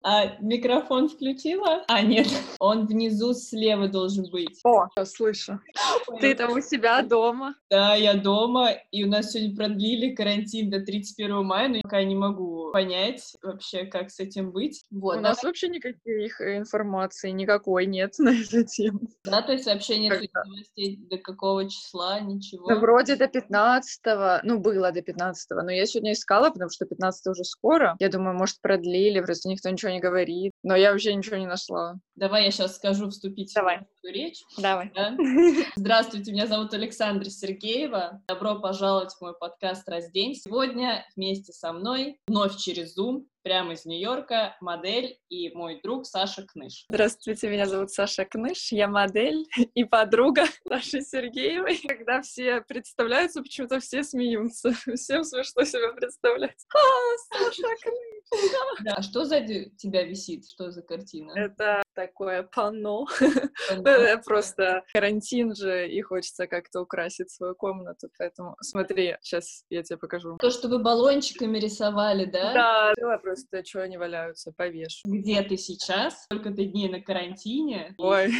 А микрофон включила? А, нет, он внизу слева должен быть. О, слышу. Ты там у себя дома? Да, я дома, и у нас сегодня продлили карантин до 31 мая, но я пока не могу понять вообще, как с этим быть. Вот, У нас вообще никаких информации, никакой нет на эту тему. да, то есть вообще нет Когда? новостей до какого числа, Ну, ничего. вроде до 15-го, ну, было до 15-го, но я сегодня искала, потому что 15 уже скоро. Я думаю, может, продлили, просто никто ничего не говорит. Но я вообще ничего не нашла. Давай я сейчас скажу вступительную речь. Давай. Да? Здравствуйте, меня зовут Александра Сергеева. Добро пожаловать в мой подкаст «Раздень». Сегодня вместе со мной, вновь через Zoom, прямо из Нью-Йорка, модель и мой друг Саша Кныш. Здравствуйте, меня зовут Саша Кныш, я модель и подруга Саши Сергеевой. Когда все представляются, почему-то все смеются. Всем смешно себя представлять. Саша Кныш! Да. А что сзади тебя висит? Что за картина? Это такое панно. Панно. Просто карантин же, и хочется как-то украсить свою комнату, поэтому смотри, сейчас я тебе покажу. То, что вы баллончиками рисовали, да? Да, просто что они валяются, повешу. Где ты сейчас? Сколько ты дней на карантине? Ой,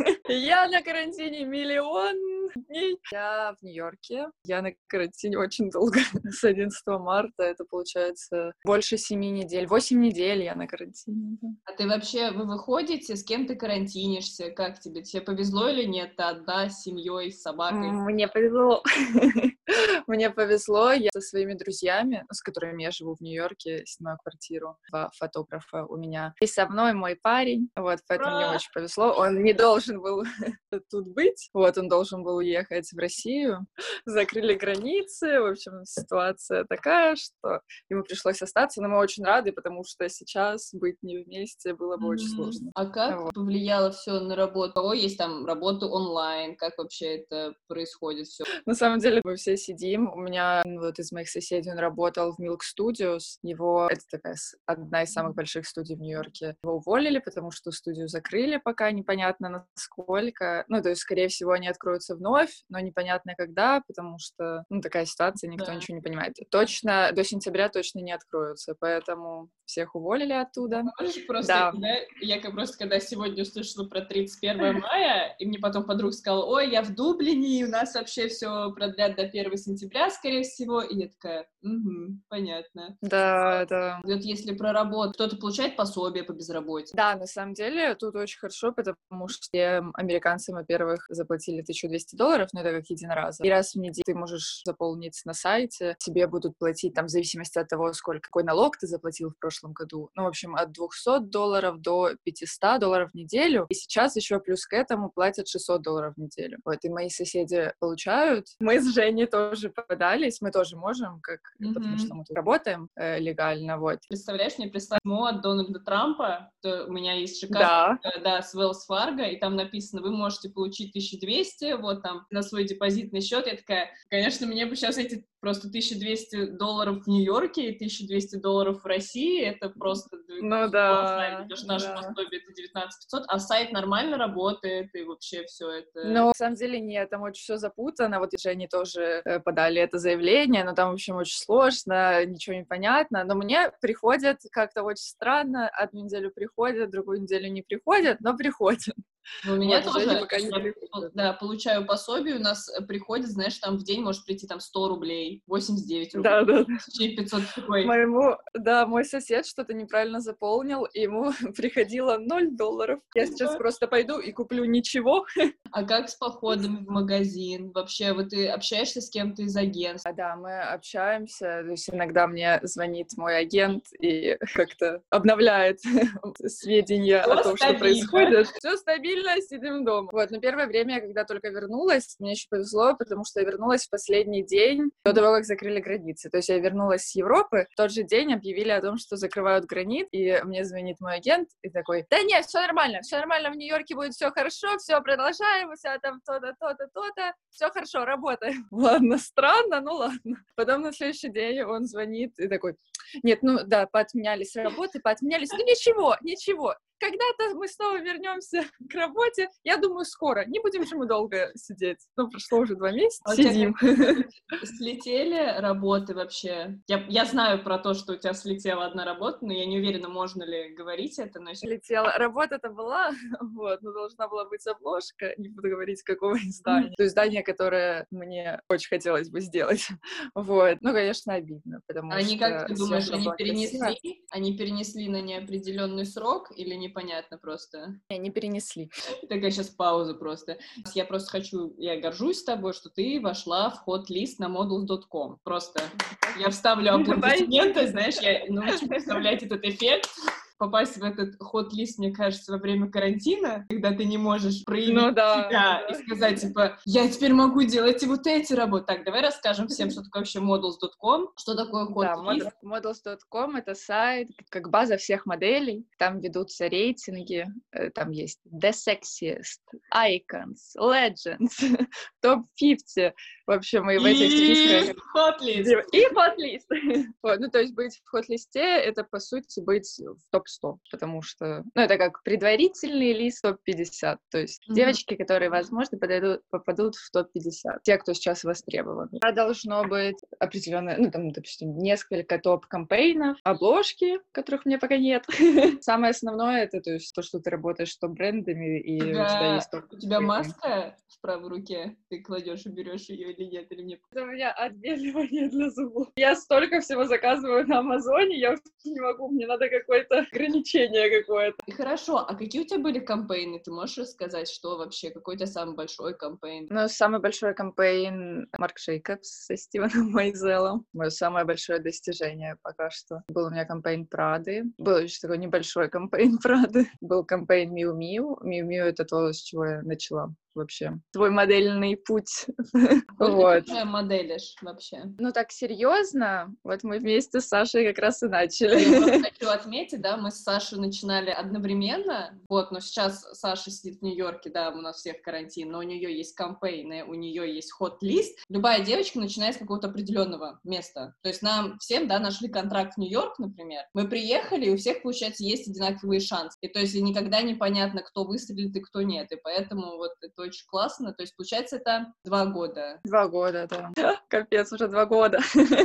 я на карантине миллион дней. Я в Нью-Йорке. Я на карантине очень долго. С 11 марта. Это получается больше 7 недель. 8 недель я на карантине. Да. А ты вообще, вы выходите, с кем ты карантинишься? Как тебе? Тебе повезло или нет? Ты одна, с семьей, с собакой? Мне повезло. Мне повезло. Я со своими друзьями, с которыми я живу в Нью-Йорке, снимаю квартиру. Два фотографа у меня. И со мной мой парень. Вот, поэтому мне очень повезло. Он не должен был тут быть. Вот, он должен был уехать в Россию. Закрыли границы. В общем, ситуация такая, что ему пришлось остаться. Но мы очень рады, потому что сейчас быть не вместе было бы очень сложно. А как повлияло все на работу? У кого есть там работа онлайн? Как вообще это происходит все? На самом деле мы все сидим. У меня вот из моих соседей он работал в Milk Studios. Это такая одна из самых больших студий в Нью-Йорке. Его уволили, потому что студию закрыли, пока непонятно насколько. Ну, то есть, скорее всего, они откроются вновь, но непонятно когда, потому что, такая ситуация, никто ничего не понимает. Точно, до сентября точно не откроются, поэтому всех уволили оттуда. Просто, я просто когда сегодня услышала про 31 мая, и мне потом подруга сказала: ой, я в Дублине, и у нас вообще все продлят до 1 сентября, скорее всего. И я такая: понятно. Да. Вот если про работу, кто-то получает пособие по безработице? Да, на самом деле тут очень хорошо, потому что американцам, во-первых, заплатили $1200, но это как единоразово. И раз в неделю ты можешь заполнить на сайте, тебе будут платить там в зависимости от того, какой налог ты заплатил в прошлом году. Ну, в общем, от $200 до $500 в неделю. И сейчас еще плюс к этому платят $600 в неделю. Вот, и мои соседи получают. Мы с Женей тоже подались, мы тоже можем, потому что мы тут работаем легально, вот. Представляешь, мне прислали письмо от Дональда Трампа, у меня есть шикарная, с Wells Fargo, и там написано: вы можете получить 1200, вот там, на свой депозитный счет. Я такая: конечно, мне бы сейчас эти просто $1200 в Нью-Йорке и $1200 в России, это просто... Потому что наше пособие — это 19500, а сайт нормально работает, и вообще все это... Ну, на самом деле нет, там очень все запутано. Вот Жене тоже подали это заявление, но там, в общем, очень сложно, ничего не понятно. Но мне приходят как-то очень странно. Одну неделю приходят, другую неделю не приходят, но приходят. У меня вот, тоже, пока не получаю пособие, у нас приходит, знаешь, там в день может прийти там 100 рублей, 89 рублей, Да. 500 такой. Мой сосед что-то неправильно заполнил, и ему приходило $0. Я сейчас просто пойду и куплю ничего. А как с походами в магазин? Вообще, вот ты общаешься с кем-то из агентства? Да, мы общаемся, то есть иногда мне звонит мой агент и как-то обновляет сведения о том, что происходит. Все стабильно, сидим дома. Вот, но первое время, когда только вернулась, мне еще повезло, потому что я вернулась в последний день до того, как закрыли границы. То есть я вернулась с Европы, в тот же день объявили о том, что закрывают границы, и мне звонит мой агент и такой: да нет, все нормально, в Нью-Йорке будет все хорошо, все продолжаем, все там то-то, все хорошо, работаем. Ладно, странно, ну ладно. Потом на следующий день он звонит и такой: нет, поотменялись работы, ну ничего, когда-то мы снова вернемся к работе. Я думаю, скоро. Не будем же мы долго сидеть. Ну, прошло уже 2 месяца. Сидим. Слетели работы вообще? Я знаю про то, что у тебя слетела одна работа, но я не уверена, можно ли говорить это. Но... Слетела. Работа-то была, вот, но должна была быть обложка. Не буду говорить, какого издания. То издание, которое мне очень хотелось бы сделать. Вот. Ну, конечно, обидно, потому они, что... как ты думаешь, они перенесли на неопределенный срок или непонятно просто? Не перенесли. Такая сейчас пауза просто. Я горжусь тобой, что ты вошла в хот-лист на models.com. Просто я вставлю аплодисменты, знаешь, я научусь вставлять этот эффект. Попасть в этот хот-лист, мне кажется, во время карантина, когда ты не можешь проявить себя и сказать, типа, я теперь могу делать и вот эти работы. Так, давай расскажем всем, что такое вообще models.com, что такое хот-лист. Да, models.com — это сайт, как база всех моделей. Там ведутся рейтинги, там есть The Sexiest, Icons, Legends, Top 50. В общем, и в этих списках... И хот-лист. Вот, ну, то есть быть в хот-листе — это, по сути, быть в топ-100, потому что, ну, это как предварительный лист топ-50, то есть девочки, которые, возможно, попадут в топ-50, те, кто сейчас востребован. Должно быть определенное, ну, там, допустим, несколько топ-кампейнов, обложки, которых у меня пока нет. Самое основное — это, то есть, то, что ты работаешь с топ-брендами, и у тебя есть топ-кампейн. У тебя маска в правой руке, ты кладешь и берешь ее или нет, или мне... Это у меня отбеливание для зубов. Я столько всего заказываю на Амазоне, я уже не могу, мне надо какое-то ограничение какое-то. И хорошо, а какие у тебя были кампейны? Ты можешь рассказать, что вообще, какой у тебя самый большой кампейн? Ну, самый большой кампейн Марк Джейкобс со Стивеном Майзеллом. Мое самое большое достижение пока что. Был у меня кампейн Прады. Был еще такой небольшой кампейн Прады. Был кампейн Miu Miu. Miu Miu — это то, с чего я начала вообще свой модельный путь. Вот. Ты моделишь вообще? Ну, так серьезно, вот мы вместе с Сашей как раз и начали. Я хочу отметить, да, мы с Сашей начинали одновременно, вот, но сейчас Саша сидит в Нью-Йорке, да, у нас всех карантин, но у нее есть кампейны, у нее есть хот-лист. Любая девочка начинает с какого-то определенного места. То есть нам всем, да, нашли контракт в Нью-Йорк, например. Мы приехали, и у всех, получается, есть одинаковые шансы. И то есть никогда непонятно, кто выстрелит и кто нет. И поэтому вот это очень классно. То есть, получается, это 2 года. 2 года, да. Капец, уже 2 года.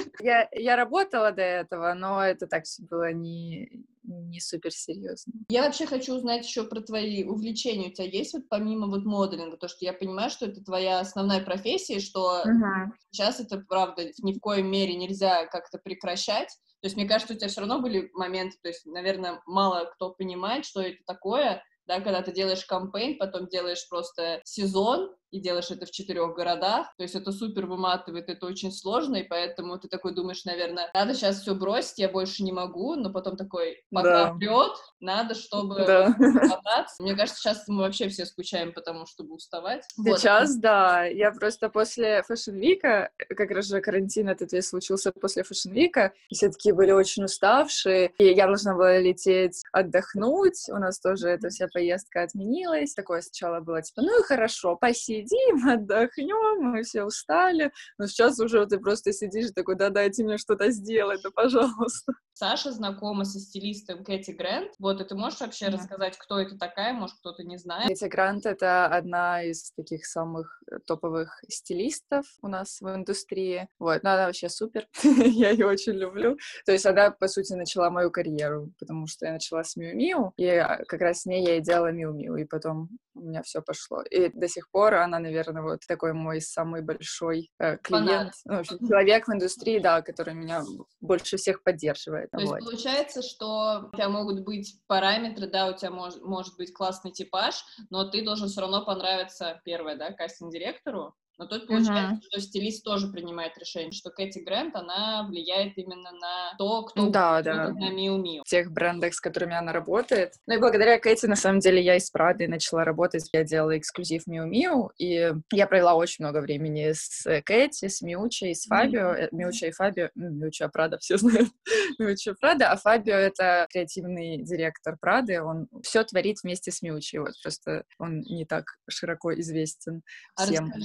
Я работала до этого, но это так все было не супер серьезно. Я вообще хочу узнать еще про твои увлечения. У тебя есть вот помимо вот моделинга, то, что я понимаю, что это твоя основная профессия, что сейчас это, правда, ни в коей мере нельзя как-то прекращать. То есть, мне кажется, у тебя все равно были моменты, то есть, наверное, мало кто понимает, что это такое, да, когда ты делаешь кампейн, потом делаешь просто сезон, и делаешь это в 4 городах, то есть это супер выматывает, это очень сложно, и поэтому ты такой думаешь, наверное, надо сейчас все бросить, я больше не могу, но потом такой, пока прет, надо, чтобы хвататься. Мне кажется, сейчас мы вообще все скучаем по тому, чтобы уставать. Сейчас, вот. Да, я просто после Fashion Week, как раз же карантин этот весь случился после Fashion Week, все такие были очень уставшие, и я должна была лететь отдохнуть, у нас тоже эта вся поездка отменилась, такое сначала было типа, ну и хорошо, посидим, отдохнем, мы все устали, но сейчас уже ты просто сидишь такой, да, дайте мне что-то сделать, да, пожалуйста. Саша знакома со стилистом Кэти Грант, вот, и ты можешь вообще рассказать, кто это такая, может, кто-то не знает? Кэти Грант — это одна из таких самых топовых стилистов у нас в индустрии, вот, но она вообще супер, я ее очень люблю, то есть она, по сути, начала мою карьеру, потому что я начала с Miu Miu, и как раз с ней я и делала Miu Miu, и потом у меня все пошло, и до сих пор она, наверное, вот такой мой самый большой клиент, ну, в общем, человек в индустрии, да, который меня больше всех поддерживает. То есть получается, что у тебя могут быть параметры, да, у тебя может быть классный типаж, но ты должен все равно понравиться, первое, да, кастинг-директору, но тут получается, что стилист тоже принимает решение, что Кэти Грант, она влияет именно на то, кто будет на Miu Miu. В тех брендах, с которыми она работает. Ну и благодаря Кэти, на самом деле, я из Прады начала работать, я делала эксклюзив Miu Miu, и я провела очень много времени с Кэти, с Миучей, с Фабио. Миуча и Фабио, Миуча Прада, все знают, Миуча Прада, а Фабио — это креативный директор Прады, он все творит вместе с Миучей, вот, просто он не так широко известен всем. Расскажи, вот.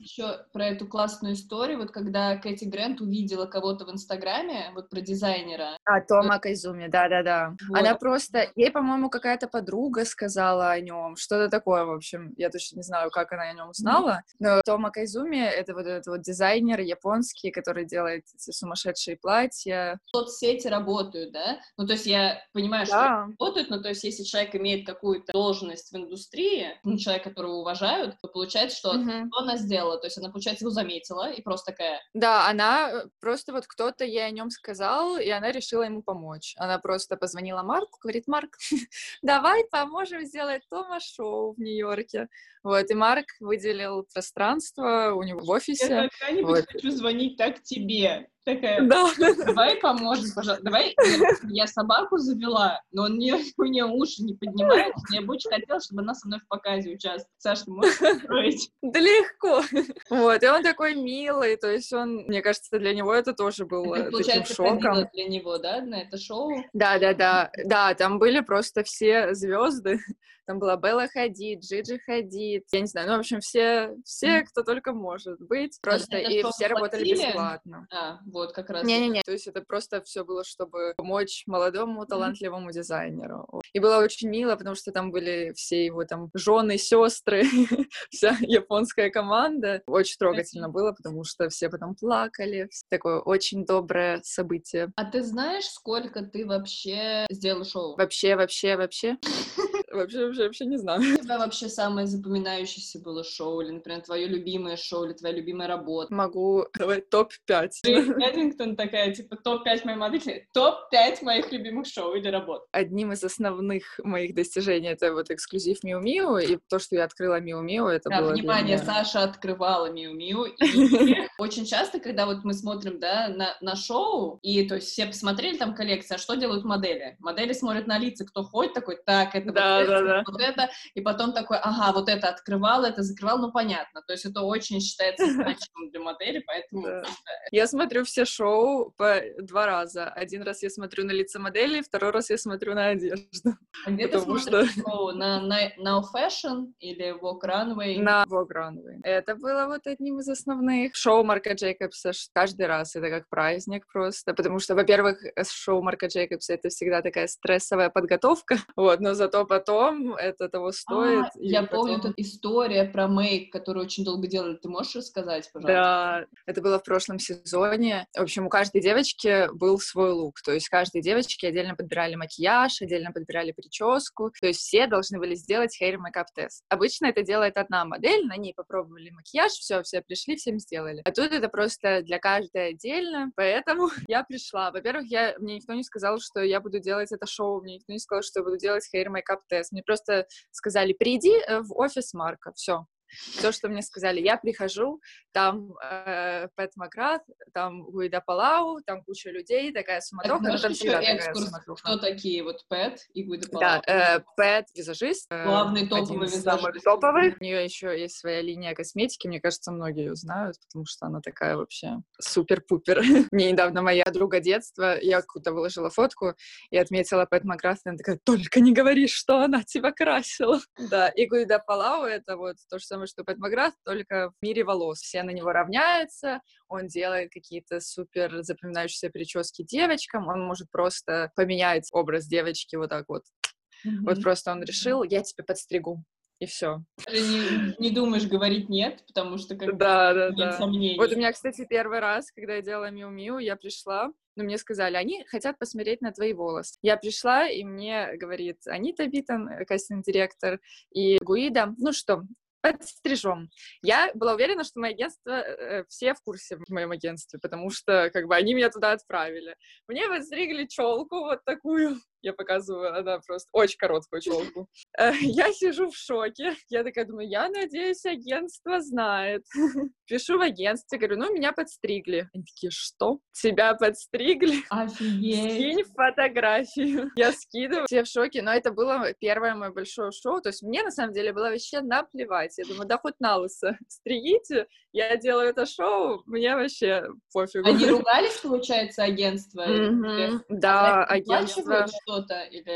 еще про эту классную историю, вот когда Кэти Грант увидела кого-то в Инстаграме, вот про дизайнера. Тома Кайзуми, да-да-да. Вот. Она просто... Ей, по-моему, какая-то подруга сказала о нем, что-то такое, в общем. Я точно не знаю, как она о нем узнала. Но Тома Кайзуми — это вот этот вот дизайнер японский, который делает эти сумасшедшие платья. Соцсети работают, да? Ну, то есть я понимаю, что они работают, но то есть если человек имеет какую-то должность в индустрии, ну, человек, которого уважают, то получается, что что она сделала? То есть она, получается, его заметила и просто такая... Да, она просто вот кто-то ей о нем сказал, и она решила ему помочь. Она просто позвонила Марку, говорит: Марк, давай поможем сделать Тома-шоу в Нью-Йорке. Вот, и Марк выделил пространство у него в офисе. Я когда-нибудь хочу звонить так тебе. Такая, да. Давай поможем, пожалуйста. Давай, я собаку завела, но у нее уши не поднимает. Я бы очень хотела, чтобы она со мной в показе участвовала. Саша, ты можешь устроить? Да легко. Вот, и он такой милый, то есть он, мне кажется, для него это тоже было ты, получается, таким шоком. ходила для него, да, на это шоу? Да, там были просто все звезды. Там была Белла Хадид, Джиджи Хадид, я не знаю, ну, в общем, все, кто только может быть, просто, и все работали бесплатно. Вот, как раз. Не-не-не, то есть это просто все было, чтобы помочь молодому, талантливому дизайнеру. И было очень мило, потому что там были все его там жены, сестры, вся японская команда. Очень трогательно было, потому что все потом плакали. Такое очень доброе событие. А ты знаешь, сколько ты вообще сделала шоу? Вообще? Вообще не знаю. У тебя вообще самое запоминающееся было шоу, или, например, твое любимое шоу, или твоя любимая работа? Могу давай топ-5. Джейн Эддингтон такая, типа, топ-5 моей модели, топ-5 моих любимых шоу или работ. Одним из основных моих достижений это вот эксклюзив Миу Миу, и то, что я открыла Миу Миу, это было внимание, для меня... Саша открывала Миу Миу, и очень часто, когда вот мы смотрим, да, на шоу, и то есть все посмотрели там коллекция, а что делают модели? Модели смотрят на лица, кто ходит, такой, так, это вот это, и потом такой, ага, вот это открывал, это закрывал, ну, понятно. То есть это очень считается значимым для модели, поэтому... Да. Я смотрю все шоу по 2 раза. Один раз я смотрю на лица моделей, второй раз я смотрю на одежду. А где ты смотришь шоу? На Now Fashion или Vogue Runway? На Vogue Runway. Это было вот одним из основных. Шоу Марка Джейкобса каждый раз это как праздник просто, потому что, во-первых, шоу Марка Джейкобса — это всегда такая стрессовая подготовка, вот, но зато потом это того стоит. Я помню эту историю про мейк, которую очень долго делали. Ты можешь рассказать, пожалуйста? Да, это было в прошлом сезоне. В общем, у каждой девочки был свой лук. То есть каждой девочке отдельно подбирали макияж, отдельно подбирали прическу. То есть все должны были сделать hair makeup тест. Обычно это делает одна модель, на ней попробовали макияж, все пришли, всем сделали. А тут это просто для каждой отдельно. Поэтому я пришла. Во-первых, мне никто не сказал, что я буду делать это шоу, мне никто не сказал, что я буду делать hair makeup тест. Мне просто сказали: приди в офис Марка, все. Все, что мне сказали. Я прихожу, там Пэт Макграф, там Гуида Палау, там куча людей, такая суматоха. Так, там всегда такая суматоха. Кто такие вот Пэт и Гуида Палау? Да, Пэт — визажист. Главный топовый визажист. Топовый. У нее еще есть своя линия косметики, мне кажется, многие ее знают, потому что она такая вообще супер-пупер. Мне недавно моя подруга детства, я какую-то выложила фотку и отметила Пэт Макграф, и она такая: только не говори, что она тебя красила. Да, и Гуида Палау — это вот то же самое, что Пэт Макграф, только в мире волос. Все на него равняются, он делает какие-то супер запоминающиеся прически девочкам, он может просто поменять образ девочки вот так вот. Вот просто он решил: я тебе подстригу. И все. Не думаешь говорить нет, потому что как нет сомнений. Вот у меня, кстати, первый раз, когда я делала Миу Миу, я пришла, но мне сказали: они хотят посмотреть на твои волосы. Я пришла, и мне говорит Анита Битон, кастинг-директор, и Гуида: ну что, подстрижем. Я была уверена, что мое агентство, все в курсе в моем агентстве, потому что как бы они меня туда отправили. Мне подстригли челку вот такую. Я показываю, она просто очень короткую челку. Я сижу в шоке. Я такая думаю: я надеюсь, агентство знает. Пишу в агентстве, говорю: ну, меня подстригли. Они такие: что? Тебя подстригли? Офигеть! Скинь фотографию. Я скидываю. Все в шоке, но это было первое мое большое шоу. То есть мне, на самом деле, было вообще наплевать. Я думаю: да хоть на лысо стригите, я делаю это шоу, мне вообще пофигу. Они ругались, получается, агентство? Да, агентство... что-то или...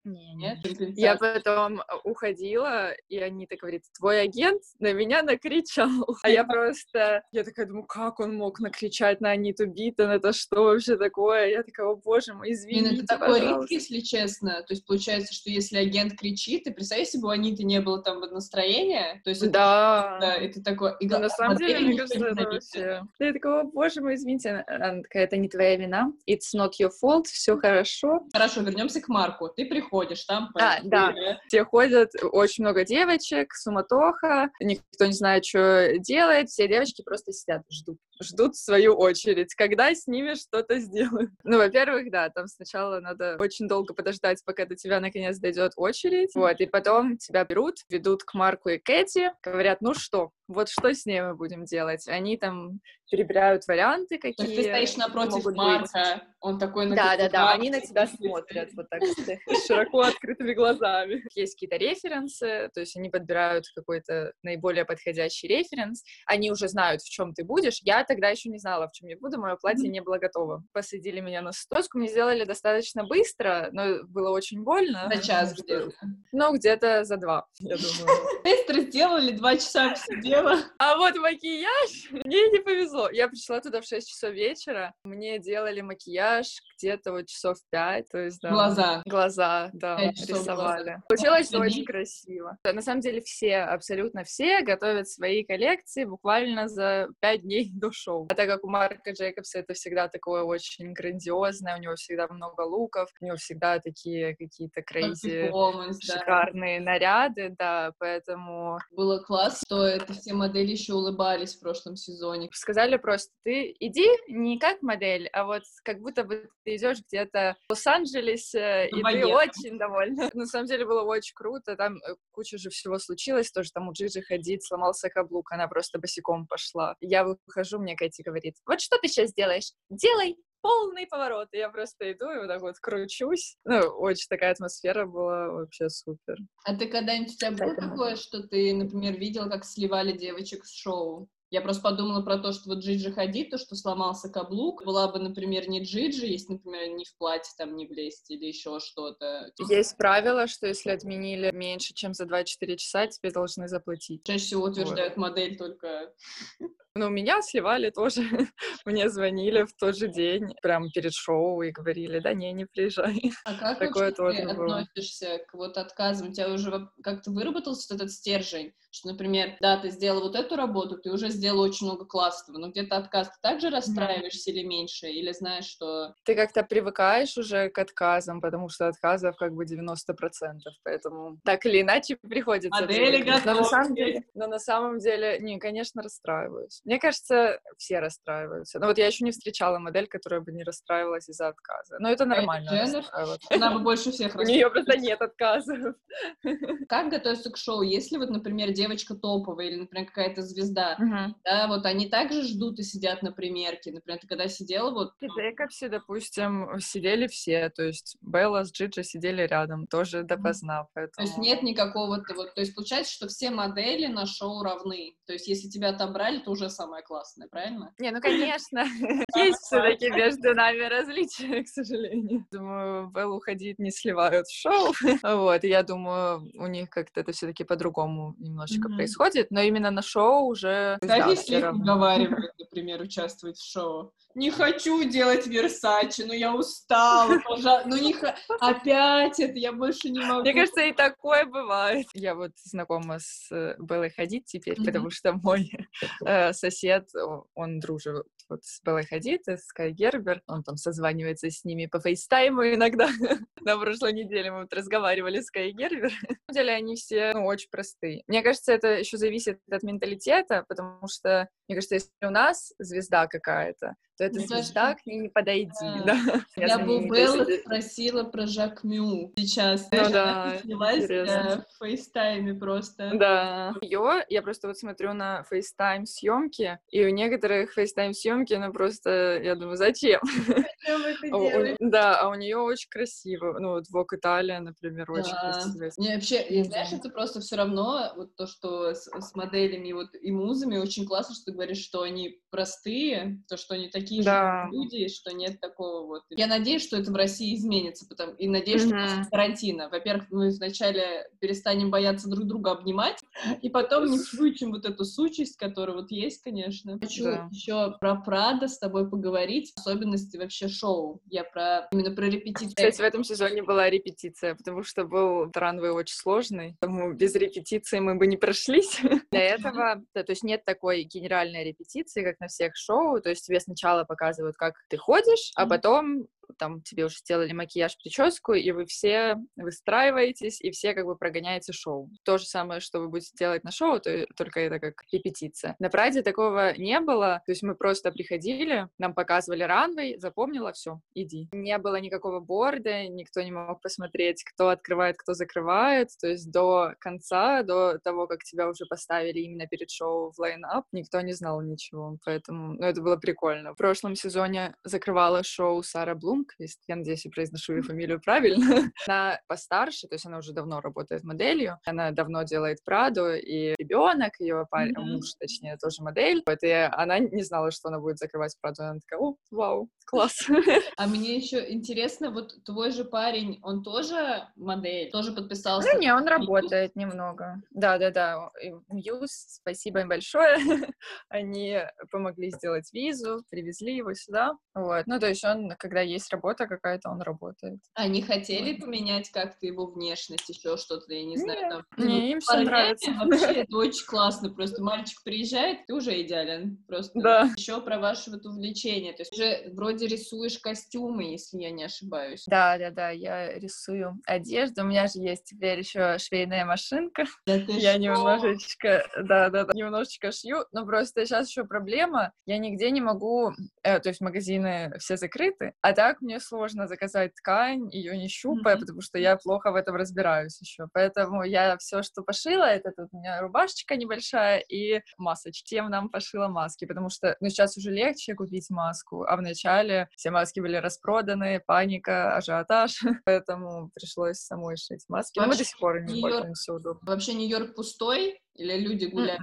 Нет? Я потом уходила, и они так говорят, твой агент на меня накричал. А я такая думаю, как он мог накричать на Аниту Биттон, это что вообще такое? Я такая, о боже мой, извините, это такой риск, пожалуйста. если честно. То есть получается, что если агент кричит, и представь, если бы у Аниты не было там настроения, то есть это, да, это такое... И на самом деле, мне кажется, это вообще... Я такая, боже мой, извините. Она такая, это не твоя вина, it's not your fault, все хорошо. Хорошо, вернемся к Марку. Ты приходишь, там... Да, все ходят, очень много девочек, суматоха, никто не знает, что делать, все девочки просто сидят, ждут свою очередь, когда с ними что-то сделают. Ну, во-первых, да, там сначала надо очень долго подождать, пока до тебя наконец дойдет очередь, вот, и потом тебя берут, ведут к Марку и Кэти, говорят, ну что, вот что с ней мы будем делать? Они там перебирают варианты, какие то есть ты стоишь напротив Марка, он такой... Да, они на тебя смотрят вот так с широко открытыми глазами. Есть какие-то референсы, то есть они подбирают какой-то наиболее подходящий референс, они уже знают, в чем ты будешь. Я тогда еще не знала, в чем я буду, мое платье не было готово. Посадили меня на доску, мне сделали достаточно быстро, но было очень больно. За час где-то. Ну, где-то за 2, я думаю. Быстро сделали, 2 часа посидела. А вот макияж мне не повезло. Я пришла туда в 6 часов вечера, мне делали макияж где-то вот часов 5, то есть, да. Глаза, да, рисовали. Получилось очень красиво. На самом деле абсолютно все готовят свои коллекции буквально за 5 дней до шоу. А так как у Марка Джейкобса это всегда такое очень грандиозное, у него всегда много луков, у него всегда такие какие-то крейзи, шикарные наряды, да, поэтому... Было классно, что это все модели еще улыбались в прошлом сезоне. Сказали просто, ты иди не как модель, а вот как будто бы ты идешь где-то в Лос-Анджелесе, и ты очень довольна. На самом деле было очень круто, там куча же всего случилось, тоже там у Джиджи Хадид сломался каблук, она просто босиком пошла. Я выхожу, мне Кэти говорит, вот что ты сейчас делаешь? Делай полный поворот. И я просто иду и вот так вот кручусь. Ну, очень такая атмосфера была, вообще супер. А ты когда-нибудь у тебя было такое, что ты, например, видела, как сливали девочек с шоу? Я просто подумала про то, что вот Джиджи Хадид, то, что сломался каблук, была бы, например, не Джиджи, если, например, не в платье там не влезть или еще что-то. Есть правило, что если отменили меньше, чем за 24 часа, тебе должны заплатить. Чаще всего утверждают модель только... Ну, меня сливали тоже. Мне звонили в тот же день, прямо перед шоу, и говорили, да не приезжай. А как такое вообще ты относишься к вот отказам? У тебя уже как-то выработался этот стержень, что, например, да, ты сделала вот эту работу, ты уже сделала очень много классного, но где-то отказ, ты также расстраиваешься или меньше? Или знаешь, что... Ты как-то привыкаешь уже к отказам, потому что отказов как бы 90%, поэтому так или иначе приходится привыкнуть. Но на самом деле, не, конечно, расстраиваюсь. Мне кажется, все расстраиваются. Но вот я еще не встречала модель, которая бы не расстраивалась из-за отказа. Но это нормально. Она бы больше всех расстраивалась. У нее просто нет отказов. Как готовиться к шоу? Если вот, например, девочка топовая или, например, какая-то звезда, да, вот они также ждут и сидят на примерке. Например, ты когда сидела вот... В Джейкобсе, допустим, сидели все, то есть Белла с Джиджи сидели рядом, тоже допоздна, поэтому... То есть нет никакого-то вот... То есть получается, что все модели на шоу равны. То есть если тебя отобрали, то уже самое классное, правильно? Не, ну конечно. Есть все-таки между нами различия, к сожалению. Думаю, Беллу Хадид не сливают в шоу. Вот, и я думаю, у них как-то это все-таки по-другому немножечко происходит, но именно на шоу уже... Кстати, если их уговаривают, например, участвовать в шоу. Не хочу делать Версаче, но я устала, пожалуйста. Ну не опять это, я больше не могу. Мне кажется, и такое бывает. Я вот знакома с Беллой Хадид теперь, потому что мой сосед, он дружит вот с Беллой Хадид, с Скай Гербер, он там созванивается с ними по фейстайму иногда. На прошлой неделе мы вот разговаривали с Скай Гербер. На самом деле они все, очень простые. Мне кажется, это еще зависит от менталитета, потому что, мне кажется, если у нас звезда какая-то, то эта звезда к ней не подойди, да. Я бы у Беллы спросила про Жакмю сейчас. Ну да, снялась в фейстайме просто. Да. Ее, я просто вот смотрю на фейстайм съемки, и у некоторых фейстайм съемки, ну просто, я думаю, зачем? Зачем вы это делаете? Да, а у нее очень красиво. Ну вот Vogue Italia, например, очень красиво. Не, вообще, знаешь, это просто все равно вот то, что с моделями вот и музами очень классно, что ты говоришь, что они простые, то, что они такие такие же люди, что нет такого вот. Я надеюсь, что это в России изменится, и надеюсь, что после карантина, во-первых, мы вначале перестанем бояться друг друга обнимать, и потом не включим вот эту сущесть, которая вот есть, конечно. Хочу еще про Прадо с тобой поговорить, особенности вообще шоу. Я именно про репетиции. Кстати, в этом сезоне была репетиция, потому что был ранвей очень сложный, поэтому без репетиции мы бы не прошлись. Для этого, то есть нет такой генеральной репетиции, как на всех шоу, то есть тебе сначала показывают, как ты ходишь, а потом там тебе уже сделали макияж, прическу, и вы все выстраиваетесь, и все как бы прогоняете шоу. То же самое, что вы будете делать на шоу, только это как репетиция. На Праде такого не было, то есть мы просто приходили, нам показывали ранвей, запомнила, все, иди. Не было никакого борда, никто не мог посмотреть, кто открывает, кто закрывает, то есть до конца, до того, как тебя уже поставили именно перед шоу в лайн-ап, никто не знал ничего, поэтому, это было прикольно. В прошлом сезоне закрывала шоу Сара Блумквист, я надеюсь, я произношу ее фамилию правильно. Она постарше, то есть она уже давно работает моделью, она давно делает Праду, и ребенок, ее муж, точнее, тоже модель, и она не знала, что она будет закрывать Праду, она такая: о, вау, класс. А мне еще интересно, вот твой же парень, он тоже модель, тоже подписался? Не, он работает немного. Да. Мьюз, спасибо им большое. Они помогли сделать визу, привезли его сюда. Вот. То есть он, когда есть работа какая-то, он работает. Они хотели поменять как-то его внешность, еще что-то, я не знаю. Не, им все нравится. Вообще, это очень классно. Просто мальчик приезжает, ты уже идеален. Просто. Да. Еще про ваше вот увлечение. То есть уже вроде рисуешь костюмы, если я не ошибаюсь. Да, я рисую одежду. У меня же есть теперь еще швейная машинка. Я немножечко шью, но просто сейчас еще проблема. Я нигде не могу, то есть магазины все закрыты, а так мне сложно заказать ткань, ее не щупая, потому что я плохо в этом разбираюсь еще. Поэтому я все, что пошила, это тут у меня рубашечка небольшая и масочки. Тем нам пошила маски, потому что, сейчас уже легче купить маску, а в начале все маски были распроданы, паника, ажиотаж, поэтому пришлось самой шить маски. Но мы до сих пор не пользуемся удобно. Вообще Нью-Йорк пустой? Или люди гуляют?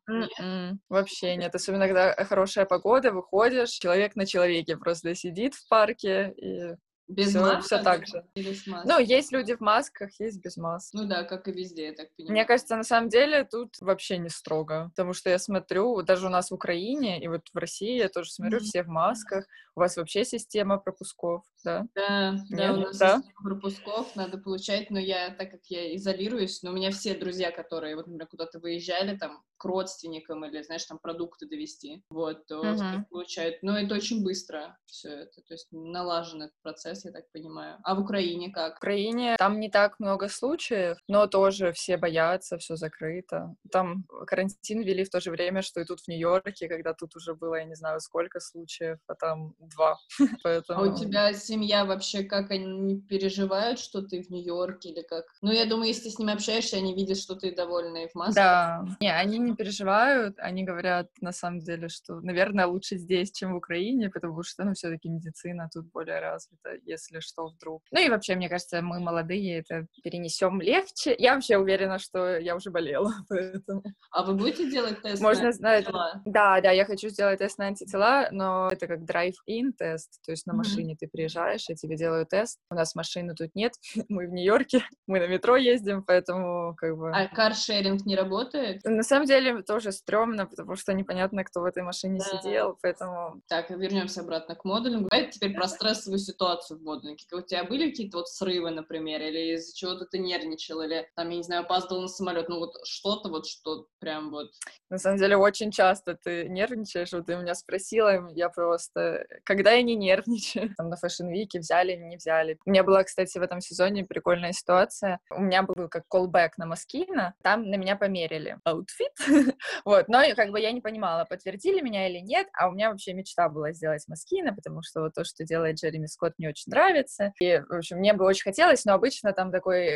Вообще нет, особенно когда хорошая погода, выходишь, человек на человеке просто сидит в парке, и без масок? Все так же. Или с маской? Есть люди в масках, есть без масок. Да, как и везде, я так понимаю. Мне кажется, на самом деле тут вообще не строго, потому что я смотрю, даже у нас в Украине и вот в России я тоже смотрю, все в масках. У вас вообще система пропусков, да? Да, Нет? у нас система пропусков надо получать, но так как я изолируюсь, но у меня все друзья, которые, вот, например, куда-то выезжали, там, к родственникам или, знаешь, там, продукты довести, то получают. Но это очень быстро все это, то есть налажен этот процесс, я так понимаю. А в Украине как? В Украине там не так много случаев, но тоже все боятся, все закрыто. Там карантин ввели в то же время, что и тут в Нью-Йорке, когда тут уже было, я не знаю, сколько случаев, а там 2. Поэтому... А у тебя семья вообще, как они переживают, что ты в Нью-Йорке или как? Я думаю, если ты с ними общаешься, они видят, что ты довольна и в маске. Да. Не, они не переживают, они говорят, на самом деле, что, наверное, лучше здесь, чем в Украине, потому что, все-таки медицина тут более развита, если что, вдруг. И вообще, мне кажется, мы молодые, это перенесем легче. Я вообще уверена, что я уже болела, поэтому... А вы будете делать тест на антитела? Да, я хочу сделать тест на антитела, но это как drive-in тест, то есть на машине ты приезжаешь, и тебе делают тест. У нас машины тут нет, мы в Нью-Йорке, мы на метро ездим, поэтому как бы... А каршеринг не работает? На самом деле тоже стрёмно, потому что непонятно, кто в этой машине сидел, поэтому... Так, вернемся обратно к модулингу. Давай теперь про стрессовую ситуацию в модулинге. У тебя были какие-то вот срывы, например, или из-за чего-то ты нервничал, или там, я не знаю, опаздывал на самолет, что-то что прям вот... На самом деле очень часто ты нервничаешь, ты меня спросила, я просто... Когда я не нервничаю? Там на Fashion Week взяли, не взяли. У меня была, кстати, в этом сезоне прикольная ситуация. У меня был как callback на Москина, там на меня померили аутфит, но как бы я не понимала, подтвердили меня или нет, а у меня вообще мечта была сделать Москина, потому что вот то, что делает Джереми Скотт, мне очень нравится, и, в общем, мне бы очень хотелось, но обычно там такой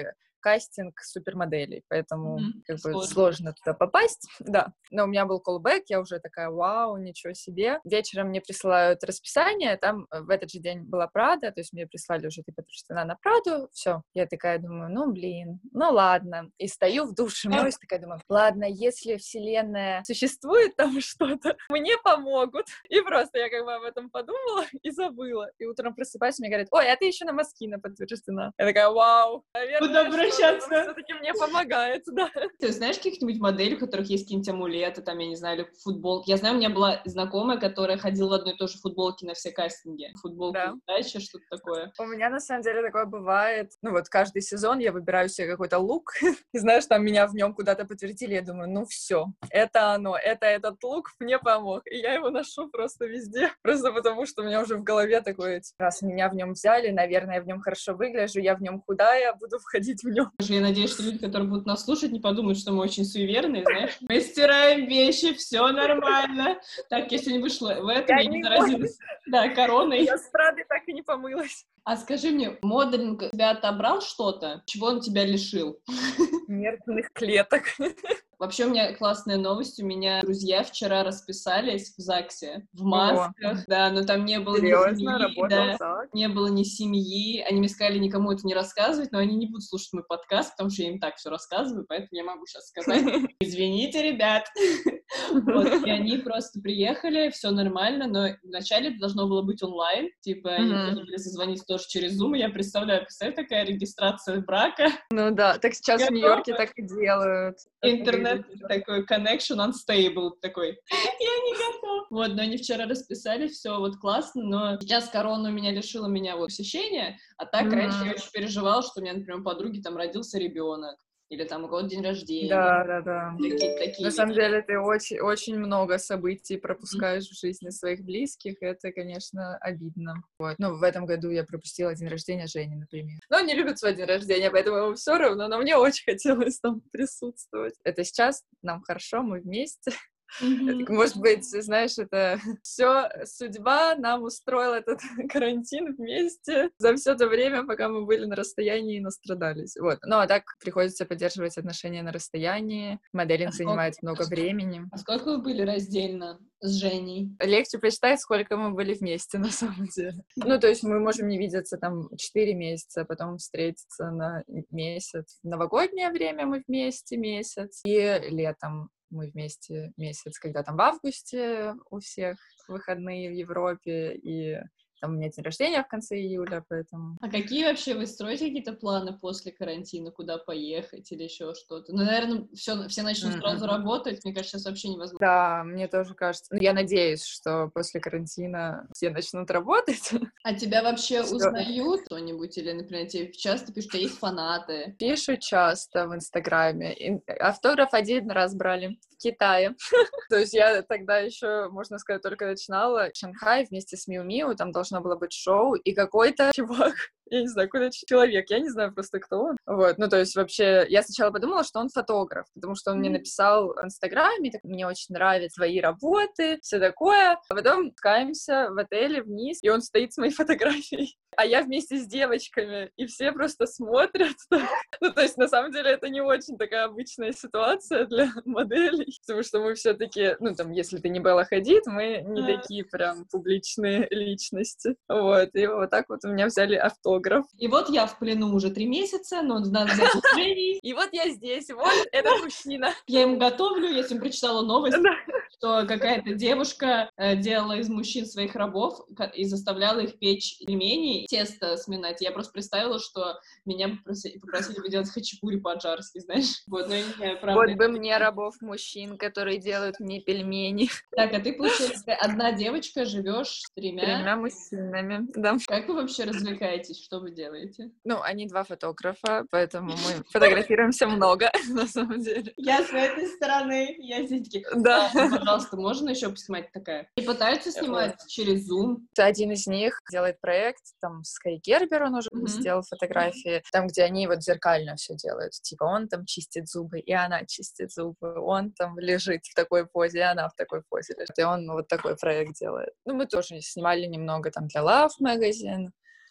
кастинг супермоделей, поэтому как бы сложно туда попасть, да. Но у меня был колбэк, я уже такая, вау, ничего себе. Вечером мне присылают расписание, там в этот же день была Прада, то есть мне прислали уже, типа, Тристана на Праду, все. Я такая думаю, ну, блин, ну, ладно. И стою в душе, моюсь, такая думаю, ладно, если вселенная существует там что-то, мне помогут. И просто я как бы об этом подумала и забыла. И утром просыпаюсь, мне говорят, ой, а ты еще на Москина подтверждена. Я такая, вау, наверное, куда обращаться? Все-таки мне помогает, да. Ты знаешь каких-нибудь моделей, у которых есть какие-нибудь амулеты, там, я не знаю, или футболки? Я знаю, у меня была знакомая, которая ходила в одной и той же футболке на все кастинги. Футболка, удача, что-то такое. У меня, на самом деле, такое бывает. Ну, вот каждый сезон я выбираю себе какой-то лук, и, знаешь, там меня в нем куда-то подтвердили, я думаю, ну, все, это оно, это этот лук мне помог, и я его ношу просто везде, просто потому что у меня уже в голове такое, раз меня в нем взяли, наверное, я в нем хорошо выгляжу, я в нем худая, буду входить в нем. Я надеюсь, что люди, которые будут нас слушать, не подумают, что мы очень суеверные, знаешь. Мы стираем вещи, все нормально. Так, я сегодня вышла в этом, я не заразилась. Да, короной. Я с Прадой так и не помылась. А скажи мне, моделинг тебя отобрал что-то? Чего он тебя лишил? Нервных клеток. Вообще, у меня классная новость. У меня друзья вчера расписались в ЗАГСе, в масках, да, но там не было ни семьи, да, не было ни семьи. Они мне сказали никому это не рассказывать, но они не будут слушать мой подкаст, потому что я им так все рассказываю, поэтому я могу сейчас сказать. Извините, ребят. Вот, и они просто приехали, все нормально, но вначале это должно было быть онлайн, типа, они должны были созвониться тоже через Zoom, и я представляю такая регистрация брака. Ну да, так сейчас в Нью-Йорке так и делают. Интернет такой, connection unstable такой. Я не готова. Вот, но они вчера расписали, все вот классно, но сейчас корона у меня лишила меня вот посещения, а так раньше я очень переживала, что у меня, например, у подруги там родился ребенок. Или там у кого-то день рождения. Да. Такие На самом деле ты очень много событий пропускаешь в жизни своих близких, это, конечно, обидно. Вот. Ну, в этом году я пропустила день рождения Жени, например. Но он не любит свой день рождения, поэтому ему все равно, но мне очень хотелось там присутствовать. Это сейчас нам хорошо, мы вместе. Может быть, знаешь, это все судьба нам устроила этот карантин вместе за все то время, пока мы были на расстоянии и настрадались. Вот. Ну, а так приходится поддерживать отношения на расстоянии. Моделинг занимает много времени. А сколько вы были раздельно с Женей? Легче посчитать, сколько мы были вместе, на самом деле. Ну, то есть мы можем не видеться там 4 месяца, потом встретиться на месяц. В новогоднее время мы вместе месяц, и летом мы вместе месяц, когда там в августе у всех выходные в Европе, и там у меня день рождения в конце июля, поэтому... А какие вообще вы строите какие-то планы после карантина, куда поехать или еще что-то? Ну, наверное, все начнут сразу работать, мне кажется, сейчас вообще невозможно. Да, мне тоже кажется. Ну, я надеюсь, что после карантина все начнут работать. А тебя вообще узнают кто-нибудь? Или, например, тебе часто пишут, что есть фанаты? Пишут часто в Инстаграме. Автограф один раз брали в Китае. То есть я тогда еще, можно сказать, только начинала в Шанхае вместе с Миу Миу, там должно было быть шоу, и какой-то чувак, я не знаю, какой-то человек, я не знаю просто, кто он. Вот, ну, то есть вообще, я сначала подумала, что он фотограф, потому что он мне написал в Инстаграме, так, мне очень нравятся твои работы, все такое. А потом спускаемся в отеле вниз, и он стоит с моей фотографией, а я вместе с девочками, и все просто смотрят. Ну, то есть, на самом деле, это не очень такая обычная ситуация для моделей, потому что мы все-таки, ну, там, если ты не Белла Хадид, мы не такие прям публичные личности. Вот, и вот так вот у меня взяли автограф. И вот я в плену уже 3 месяца, но надо взять решение. И вот я здесь, вот этот мужчина. Я ему готовлю, я сегодня прочитала новость, что какая-то девушка делала из мужчин своих рабов и заставляла их печь пельмени, тесто сминать. Я просто представила, что меня попросили бы делать хачапури по-аджарски, знаешь? Вот, но я не знаю, правда. Вот бы мне рабов мужчин, которые делают мне пельмени. Так, а ты, получается, одна девочка, живешь с 3 мужчинами, да. Как вы вообще развлекаетесь? Что вы делаете? Ну, они 2 фотографа, поэтому мы фотографируемся много, на самом деле. Я с этой стороны, я здесь такие. Да. Пожалуйста, можно еще поснимать такая? И пытаются снимать через Zoom. Один из них делает проект, там, с Кай Гербер он уже сделал фотографии, там, где они вот зеркально все делают. Типа он там чистит зубы, и она чистит зубы, он там лежит в такой позе, и она в такой позе лежит. И он вот такой проект делает. Ну, мы тоже снимали немного там для Love Magazine.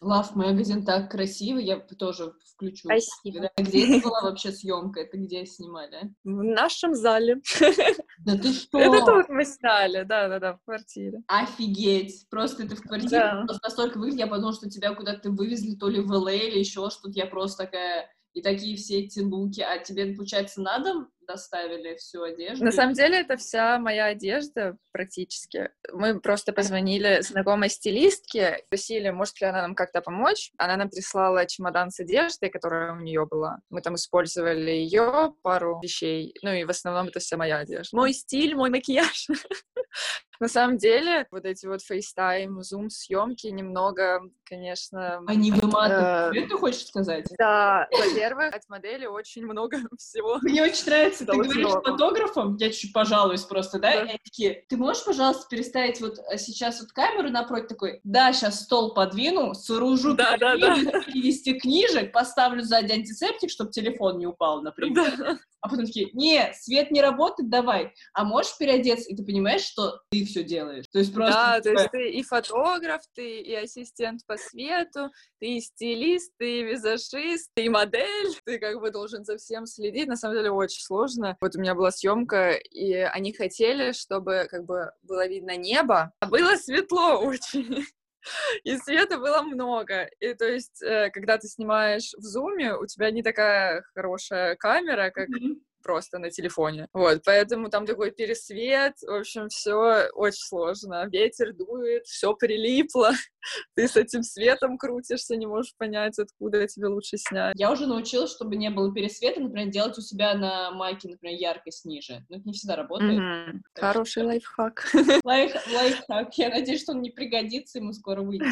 Лав магазин так красивый, я тоже включу. Спасибо. Где это была вообще съемка? Это где снимали? В нашем зале. Да ты что? Это тут мы сняли, да, в квартире. Офигеть! Просто это в квартире просто настолько выглядит, я подумала, что тебя куда-то вывезли то ли в ЛА или еще что-то, я просто такая... И такие все эти луки, а тебе, получается, на дом доставили всю одежду? На самом деле, это вся моя одежда практически. Мы просто позвонили знакомой стилистке, спросили, может ли она нам как-то помочь. Она нам прислала чемодан с одеждой, которая у нее была. Мы там использовали ее, пару вещей. Ну и в основном это вся моя одежда. Мой стиль, мой макияж. На самом деле, вот эти вот FaceTime, Zoom съемки немного, конечно... Они выматывают. Что ты хочешь сказать? Да, во-первых, от модели очень много всего. Мне очень нравится, ты говоришь с фотографом, я чуть-чуть пожалуюсь просто, да? И они такие, ты можешь, пожалуйста, переставить вот сейчас вот камеру напротив, такой, да, сейчас стол подвину, сооружу 50 книжек, поставлю сзади антисептик, чтобы телефон не упал, например. А потом такие, не, свет не работает, давай. А можешь переодеться? И ты понимаешь, что ты все делаешь. То есть просто... Да, то есть ты и фотограф, ты и ассистент по свету, ты и стилист, ты и визажист, ты и модель. Ты как бы должен за всем следить. На самом деле очень сложно. Вот у меня была съемка, и они хотели, чтобы как бы было видно небо, а было светло очень. И света было много. И то есть, когда ты снимаешь в зуме, у тебя не такая хорошая камера, как просто на телефоне. Вот, поэтому там такой пересвет, в общем, все очень сложно. Ветер дует, все прилипло. Ты с этим светом крутишься, не можешь понять, откуда тебе лучше снять. Я уже научилась, чтобы не было пересвета, например, делать у себя на маке, например, яркость ниже. Но это не всегда работает. Хороший лайфхак. Лайфхак. Я надеюсь, что он не пригодится, и мы скоро выйдем.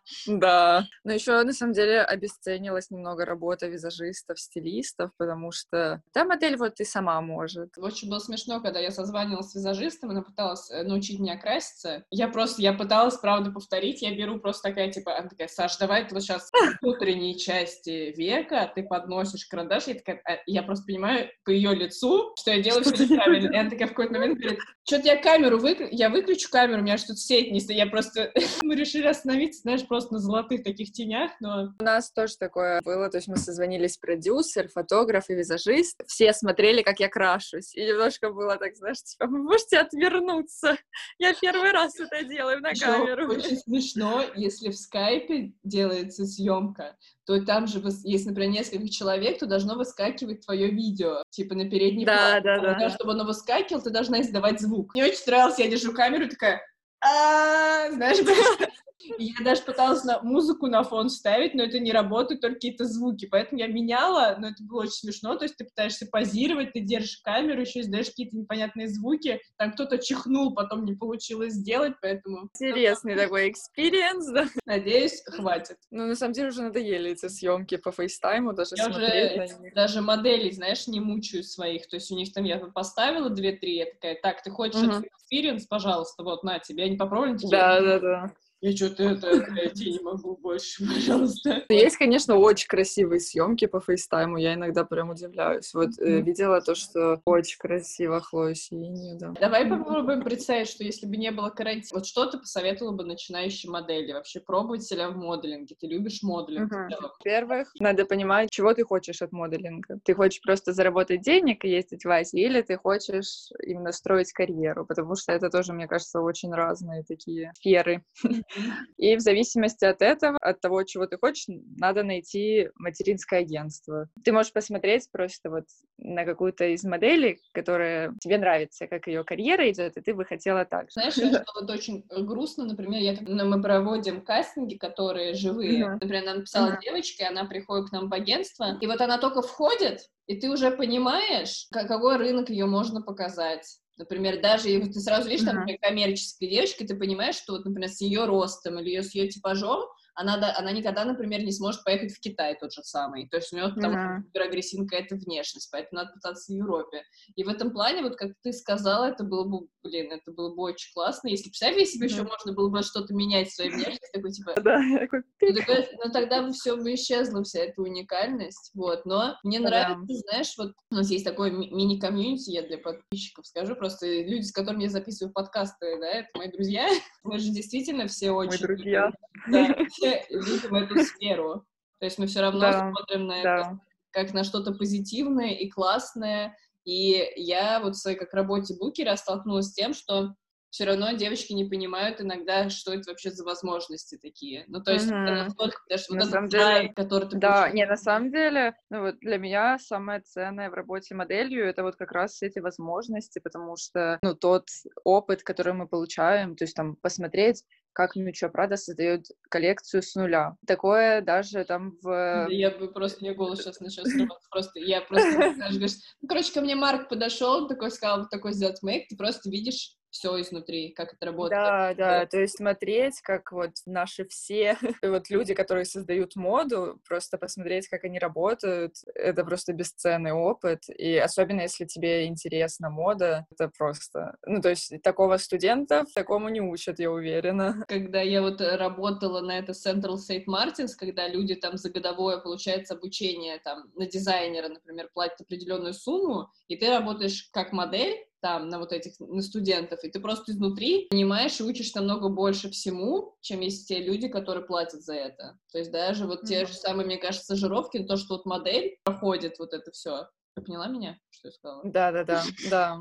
Да. Но еще на самом деле обесценилась немного работа визажистов, стилистов, потому что та модель вот и сама может. Очень было смешно, когда я созванивалась с визажистом, она пыталась научить меня краситься. Я пыталась, правда, повторить. Я беру просто такая, типа, она такая, Саш, давай ты вот сейчас в внутренней части века ты подносишь карандаш. Я просто понимаю по ее лицу, что я делаю все неправильно. И она такая в какой-то момент говорит, что-то я выключу камеру, у меня что-то сеть не стоит. Я просто... Мы решили остановиться, знаешь, просто на золотых таких тенях, но... У нас тоже такое было, то есть мы созвонились продюсер, фотограф и визажист. Все смотрели, как я крашусь. И немножко было так, знаешь, типа, вы можете отвернуться? Я первый раз это делаю на камеру. Очень смешно, если в скайпе делается съемка, то там же, если, например, несколько человек, то должно выскакивать твое видео, типа на передний план. Да. Чтобы оно выскакивало, ты должна издавать звук. Мне очень нравилось, я держу камеру, такая, знаешь, я даже пыталась музыку на фон ставить, но это не работает, только какие-то звуки, поэтому я меняла, но это было очень смешно, то есть ты пытаешься позировать, ты держишь камеру, еще издаешь какие-то непонятные звуки, там кто-то чихнул, потом не получилось сделать, поэтому... Интересный такой экспириенс, да? Надеюсь, хватит. Ну, на самом деле, уже надоели эти съемки по фейстайму, даже смотреть на них. Даже моделей, знаешь, не мучаю своих, то есть у них там я поставила 2-3, я такая, так, ты хочешь этот экспириенс, пожалуйста, вот, на тебе, они попробовали? Да. Я что-то я не могу больше, пожалуйста. Есть, конечно, очень красивые съемки по фейстайму, я иногда прям удивляюсь. Вот видела то, что очень красиво Хлоя Сиини, да. Давай попробуем представить, что если бы не было карантина, вот что ты посоветовала бы начинающей модели? Вообще пробовать себя в моделинге? Ты любишь моделинг? Во-первых, надо понимать, чего ты хочешь от моделинга. Ты хочешь просто заработать денег и ездить в Азию, или ты хочешь именно строить карьеру, потому что это тоже, мне кажется, очень разные такие сферы. И в зависимости от этого, от того, чего ты хочешь, надо найти материнское агентство. Ты можешь посмотреть просто вот на какую-то из моделей, которая тебе нравится, как ее карьера идет, и ты бы хотела так же. Знаешь, что вот очень грустно, например, мы проводим кастинги, которые живые. Например, нам написала девочка, и она приходит к нам в агентство, и вот она только входит, и ты уже понимаешь, какой рынок ее можно показать. Например, даже если ты сразу видишь, там, например, коммерческая девочка, и ты понимаешь, что, вот, например, с ее ростом или с ее типажом она никогда, например, не сможет поехать в Китай тот же самый. То есть у нее там агрессивная какая-то внешность, поэтому надо пытаться в Европе. И в этом плане, вот как ты сказала, это было бы, это было бы очень классно. Если, представь, если бы еще можно было бы что-то менять в своей внешности, такой, типа... Ну, тогда бы все бы исчезла, вся эта уникальность, вот. Но мне нравится, знаешь, вот у нас есть такой мини-комьюнити, я для подписчиков скажу, просто люди, с которыми я записываю подкасты, да, это мои друзья. Мы же действительно все очень... Мои друзья. Да, мы любим эту сферу. То есть мы все равно смотрим на это как на что-то позитивное и классное. И я вот в своей как работе букера столкнулась с тем, что все равно девочки не понимают иногда, что это вообще за возможности такие. Ну, то есть это настолько, даже вот этот драйв, который ты получаешь. Да, не, на самом деле, ну вот для меня самое ценное в работе моделью — это вот как раз эти возможности, потому что, ну, тот опыт, который мы получаем, то есть там посмотреть, как Мичо Прада создает коллекцию с нуля. Такое даже там в... Да, я бы просто, мне голос сейчас начал срываться. Просто, я просто, говоришь, ну, короче, ко мне Марк подошел, такой сказал, вот такой сделать мейк, ты просто видишь все изнутри, как это работает. Да, то есть смотреть, как вот наши все вот люди, которые создают моду, просто посмотреть, как они работают, это просто бесценный опыт, и особенно если тебе интересна мода, это просто, ну, то есть такого студента такому не учат, я уверена. Когда я вот работала на это Central Saint Martins, когда люди там за годовое, получается, обучение там на дизайнера, например, платят определенную сумму, и ты работаешь как модель, там, на вот этих, на студентов, и ты просто изнутри понимаешь и учишь намного больше всему, чем есть те люди, которые платят за это. То есть даже вот те же самые, мне кажется, стажировки, то, что вот модель проходит вот это все. Ты поняла меня, что я сказала? Да.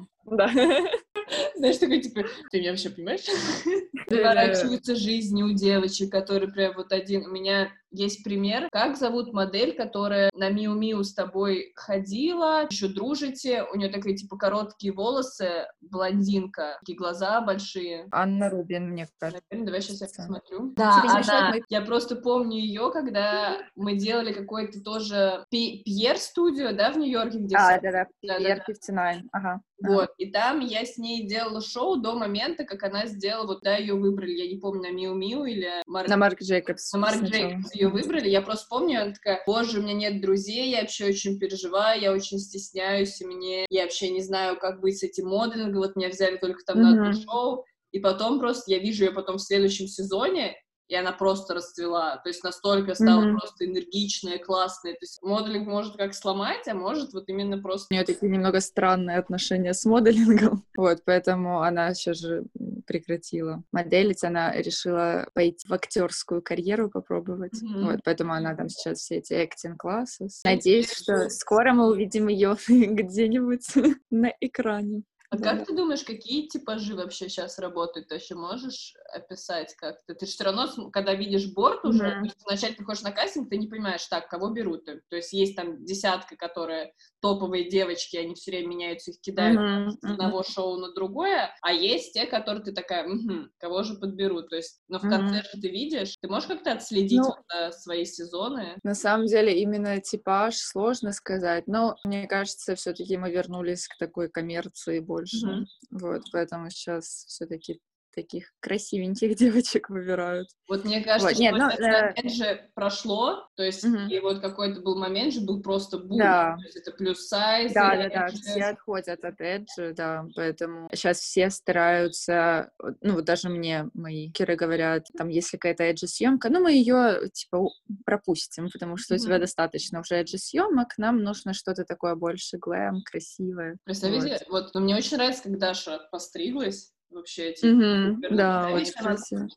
Знаешь, такой, типа, ты меня вообще понимаешь? Поворачиваются жизни у девочек, которые прям вот один... У меня есть пример, как зовут модель, которая на Миу-Миу с тобой ходила, еще дружите, у нее такие, типа, короткие волосы, блондинка, такие глаза большие. Анна Рубин, мне кажется. Наверное, давай сейчас я посмотрю. Да, она. Я просто помню ее, когда мы делали какой-то тоже Пьер-студио, да, в Нью-Йорке, где... Да, Пьер 59, ага. Вот, и там я с ней делала шоу до момента, как она сделала, вот, да, ее выбрали, я не помню, на Миу-Миу или... На Марк Джейкобс. На Марк Джейкобс ее выбрали, я просто помню, она такая, боже, у меня нет друзей, я вообще очень переживаю, я очень стесняюсь, и я вообще не знаю, как быть с этим моделингом, вот меня взяли только там на одно шоу, и потом просто, я вижу ее потом в следующем сезоне, и она просто расцвела, то есть настолько стала просто энергичная, классная, то есть моделинг может как сломать, а может вот именно просто... У нее такие немного странные отношения с моделингом, вот, поэтому она сейчас же прекратила моделить, она решила пойти в актерскую карьеру попробовать, вот, поэтому она там сейчас все эти acting-классы. Надеюсь, что скоро мы увидим ее где-нибудь на экране. А как ты думаешь, какие типажи вообще сейчас работают? Ты еще можешь описать как-то? Ты же все равно, когда видишь борт уже, то есть вначале ты ходишь на кастинг, ты не понимаешь, так, кого берут. То есть есть там десятка, которые топовые девочки, они все время меняются, их кидают с одного шоу на другое, а есть те, которые ты такая, кого же подберут? То есть, но в конце же ты видишь, ты можешь как-то отследить свои сезоны? На самом деле именно типаж сложно сказать, но мне кажется, все-таки мы вернулись к такой коммерции больше. Вот, поэтому сейчас все-таки таких красивеньких девочек выбирают. Вот мне кажется, вот, что опять же прошло, то есть и вот какой-то был момент же, был просто бум, то есть это плюс сайз. Да, все отходят от эджи, да, поэтому сейчас все стараются, ну вот даже мне мои киры говорят, там, если какая-то эджи-съемка, ну мы ее типа пропустим, потому что у тебя достаточно уже эджи-съемок, нам нужно что-то такое больше глэм, красивое. Представляете, вот мне очень нравится, как Даша постриглась, вообще, типа, да, очень красиво.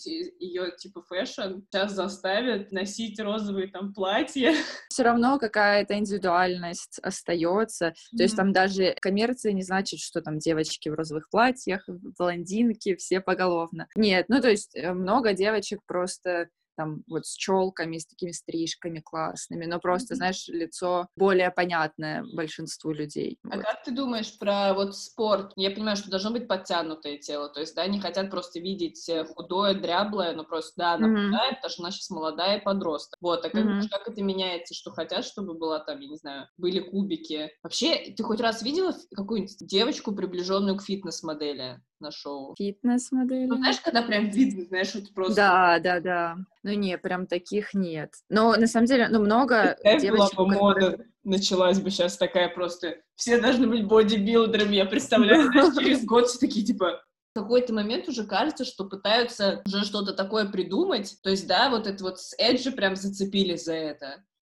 Ее, типа, фэшн сейчас заставят носить розовые там платья. Все равно какая-то индивидуальность остается. То есть там даже коммерция не значит, что там девочки в розовых платьях, блондинки, все поголовно. Нет, ну то есть много девочек просто там вот с челками, с такими стрижками классными, но просто, знаешь, лицо более понятное большинству людей. А вот. Как ты думаешь про вот спорт? Я понимаю, что должно быть подтянутое тело, то есть, да, не хотят просто видеть худое, дряблое, но просто, да, она худая, потому что она сейчас молодая и подросток. Вот, а как это меняется, что хотят, чтобы была там, я не знаю, были кубики? Вообще, ты хоть раз видела какую-нибудь девочку, приближенную к фитнес-модели на шоу? Фитнес-модели? Ну, знаешь, когда прям видно, знаешь, вот просто... Да. Ну, не, прям таких нет. Но, на самом деле, много девочек... Была бы мода, началась бы сейчас такая просто... Все должны быть бодибилдерами, я представляю, знаешь, через год все такие, типа... В какой-то момент уже кажется, что пытаются уже что-то такое придумать. То есть, да, вот это вот с Эджи прям зацепились за это.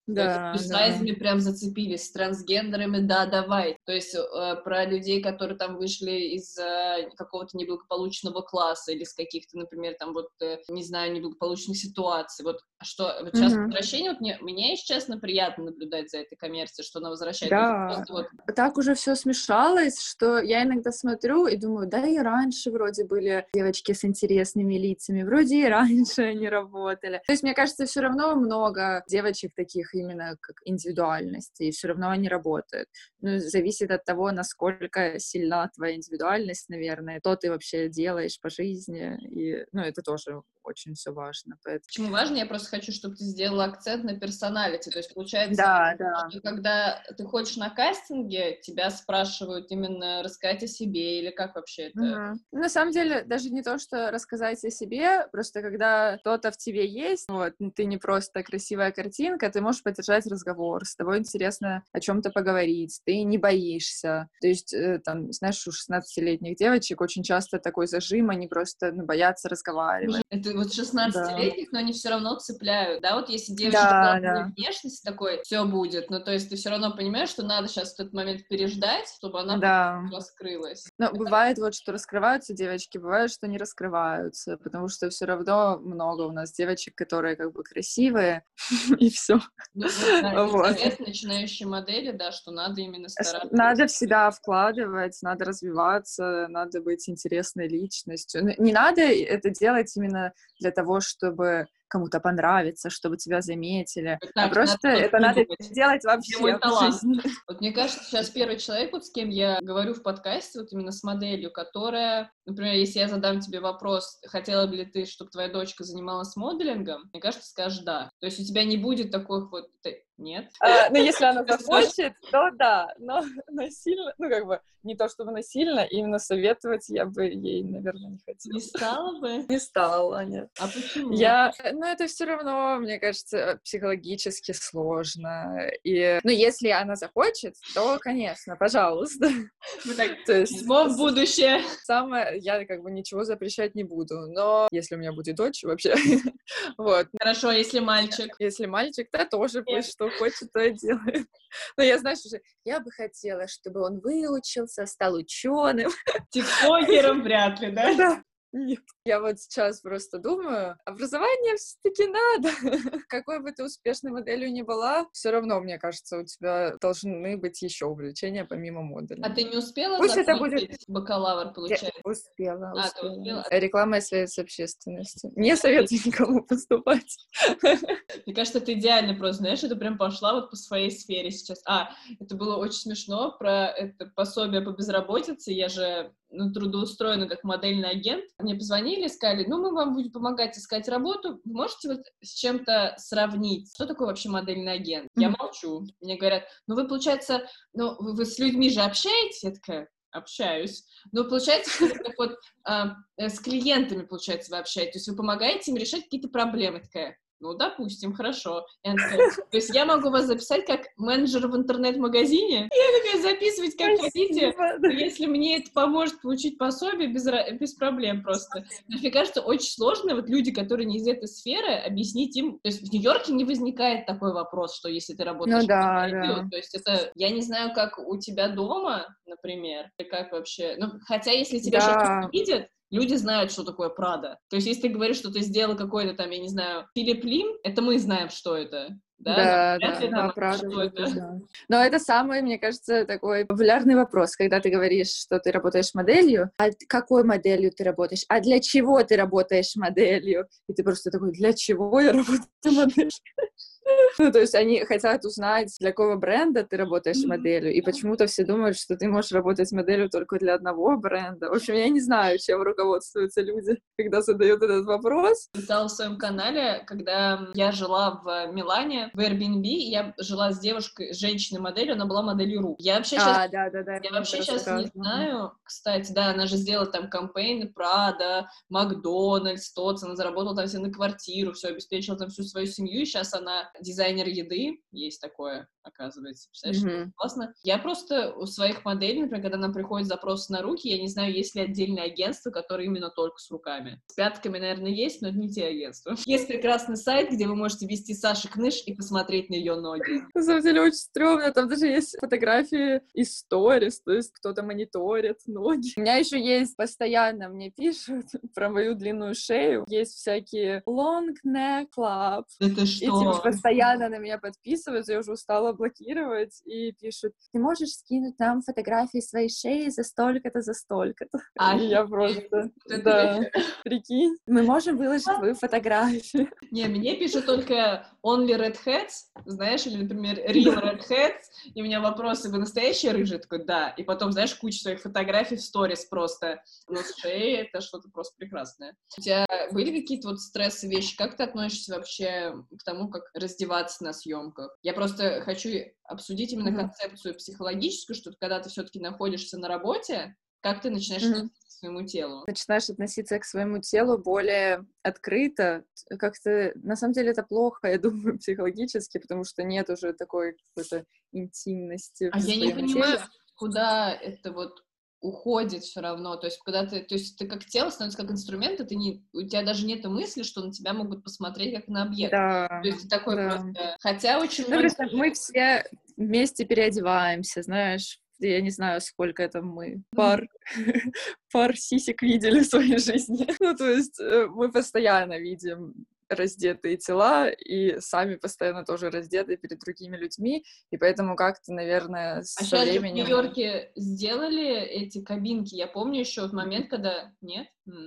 Да, плюс-сайзами прям зацепились, с трансгендерами, да, давай. То есть про людей, которые там вышли из какого-то неблагополучного класса или из каких-то, например, там вот, не знаю, неблагополучных ситуаций. Вот что, вот сейчас возвращение, вот мне, если честно, приятно наблюдать за этой коммерцией, что она возвращает. Да, так уже все смешалось, что я иногда смотрю и думаю, да и раньше вроде были девочки с интересными лицами, вроде и раньше они работали. То есть, мне кажется, все равно много девочек таких именно как индивидуальности, и все равно они работают. Ну, зависит от того, насколько сильна твоя индивидуальность, наверное, что ты вообще делаешь по жизни, и, ну, это тоже очень все важно. Поэтому... Почему важно? Я просто хочу, чтобы ты сделала акцент на персоналити. То есть, получается, что когда ты ходишь на кастинге, тебя спрашивают именно рассказать о себе, или как вообще это? На самом деле, даже не то, что рассказать о себе, просто когда кто-то в тебе есть, вот, ты не просто красивая картинка, ты можешь поддержать разговор, с тобой интересно о чем-то поговорить, ты не боишься. То есть, там, знаешь, у 16-летних девочек очень часто такой зажим, они просто, боятся разговаривать. Это вот 16-летних, но они все равно цепляют, да, вот если девочка внешность такой, все будет, то есть ты все равно понимаешь, что надо сейчас в этот момент переждать, чтобы она раскрылась. Но бывает вот, что раскрываются девочки, бывает, что не раскрываются, потому что все равно много у нас девочек, которые как бы красивые, и все. Совет начинающей модели, да, что надо именно стараться. Надо в себя вкладывать, надо развиваться, надо быть интересной личностью. Не надо это делать именно для того, чтобы кому-то понравиться, чтобы тебя заметили. Так, просто это надо делать вообще в жизни. Вот мне кажется, сейчас первый человек, вот с кем я говорю в подкасте, вот именно с моделью, которая, например, если я задам тебе вопрос, хотела бы ли ты, чтобы твоя дочка занималась моделингом, мне кажется, ты скажешь да. То есть у тебя не будет такой вот... Нет. Ну, если она захочет, то да, но насильно, не то чтобы насильно, именно советовать я бы ей, наверное, не хотела. Не стала бы? Не стала, нет. А почему? Это все равно, мне кажется, психологически сложно. И, если она захочет, то, конечно, пожалуйста. Мы так, в будущее. Я ничего запрещать не буду, но если у меня будет дочь, вообще, вот. Хорошо, если мальчик? Если мальчик, то тоже пусть что хочет, то и делает. Но я, знаешь, я бы хотела, чтобы он выучился, стал ученым. Тиктокером вряд ли, да? Да. Нет. Я вот сейчас просто думаю, образование все-таки надо. Какой бы ты успешной моделью ни была, все равно, мне кажется, у тебя должны быть еще увлечения помимо модели. А ты не успела Пусть это будет бакалавр, получается? Успела. Ты успела? Реклама и связь с общественностью. Не советую никому поступать. Мне кажется, ты идеально просто, знаешь, это прям пошла вот по своей сфере сейчас. Это было очень смешно, про это пособие по безработице. Я же трудоустроена как модельный агент. Мне позвонили, сказали, мы вам будем помогать искать работу. Вы можете вот с чем-то сравнить? Что такое вообще модельный агент? Я молчу. Мне говорят, вы, получается, вы с людьми же общаетесь? Я такая, общаюсь. Получается, что вы так вот с клиентами, получается, вы общаетесь. То есть вы помогаете им решать какие-то проблемы. Я такая, допустим, хорошо. То есть я могу вас записать как менеджер в интернет-магазине? Я такая, записывать как хотите. Если мне это поможет получить пособие, без проблем просто. Но мне кажется, очень сложно вот люди, которые не из этой сферы, объяснить им. То есть в Нью-Йорке не возникает такой вопрос, что если ты работаешь в интернете, то есть это, я не знаю, как у тебя дома, например, или как вообще. Хотя если тебя сейчас видят, люди знают, что такое Прада. То есть, если ты говоришь, что ты сделал какой-то там, я не знаю, Филипп Лим, это мы знаем, что это. Да, правда. Но это самый, мне кажется, такой популярный вопрос, когда ты говоришь, что ты работаешь моделью, а какой моделью ты работаешь, а для чего ты работаешь моделью? И ты просто такой, для чего я работаю моделью? То есть они хотят узнать, для какого бренда ты работаешь моделью, и почему-то все думают, что ты можешь работать моделью только для одного бренда. В общем, я не знаю, чем руководствуются люди, когда задают этот вопрос. Писала в своем канале, когда я жила в Милане, в Airbnb, я жила с девушкой, с женщиной-моделью, она была моделью рук. Я вообще сейчас не знаю, кстати, она же сделала там кампейны Prada, Макдональдс, Тотс, она заработала там себе на квартиру, все, обеспечила там всю свою семью, и сейчас она дизайнер еды, есть такое, оказывается. Представляешь, классно. Я просто у своих моделей, например, когда нам приходят запросы на руки, я не знаю, есть ли отдельное агентство, которое именно только с руками. С пятками, наверное, есть, но это не те агентства. Есть прекрасный сайт, где вы можете ввести Саши Кныш и посмотреть на ее ноги. На самом деле очень стрёмно, там даже есть фотографии из сторис, то есть кто-то мониторит ноги. У меня еще есть, постоянно мне пишут про мою длинную шею, есть всякие long neck club. Это И что? типа постоянно на меня подписываются, я уже устала блокировать, и пишут: ты можешь скинуть нам фотографии своей шеи за столько-то, за столько-то. И я просто, да, прикинь, мы можем выложить твою фотографию. Не, мне пишут только only redheads, знаешь, или, например, real redheads, и у меня вопросы: вы настоящие рыжие? Такой, да. И потом, знаешь, куча своих фотографий в сторис просто. Но с шеей это что-то просто прекрасное. У тебя были какие-то вот стрессы, вещи? Как ты относишься вообще к тому, как раздеваться на съемках? Я просто хочу обсудить именно концепцию психологическую, что когда ты все-таки находишься на работе, как ты начинаешь относиться к своему телу? Начинаешь относиться к своему телу более открыто. Как-то, на самом деле, это плохо, я думаю, психологически, потому что нет уже такой какой-то интимности в я не своем понимаю, теле. куда это вот уходит все равно, то есть когда ты, то есть ты как тело становится как инструмент, и ты не, у тебя даже нет мысли, что на тебя могут посмотреть как на объект. Да, То есть ты такой да. просто... Хотя очень Ну, многие... просто мы все вместе переодеваемся, знаешь, я не знаю, сколько это мы пар сисек видели в своей жизни. Ну, то есть мы постоянно видим раздетые тела и сами постоянно тоже раздеты перед другими людьми, и поэтому как-то, наверное, со сейчас временем... же в Нью-Йорке сделали эти кабинки, я помню еще вот момент, когда... Нет?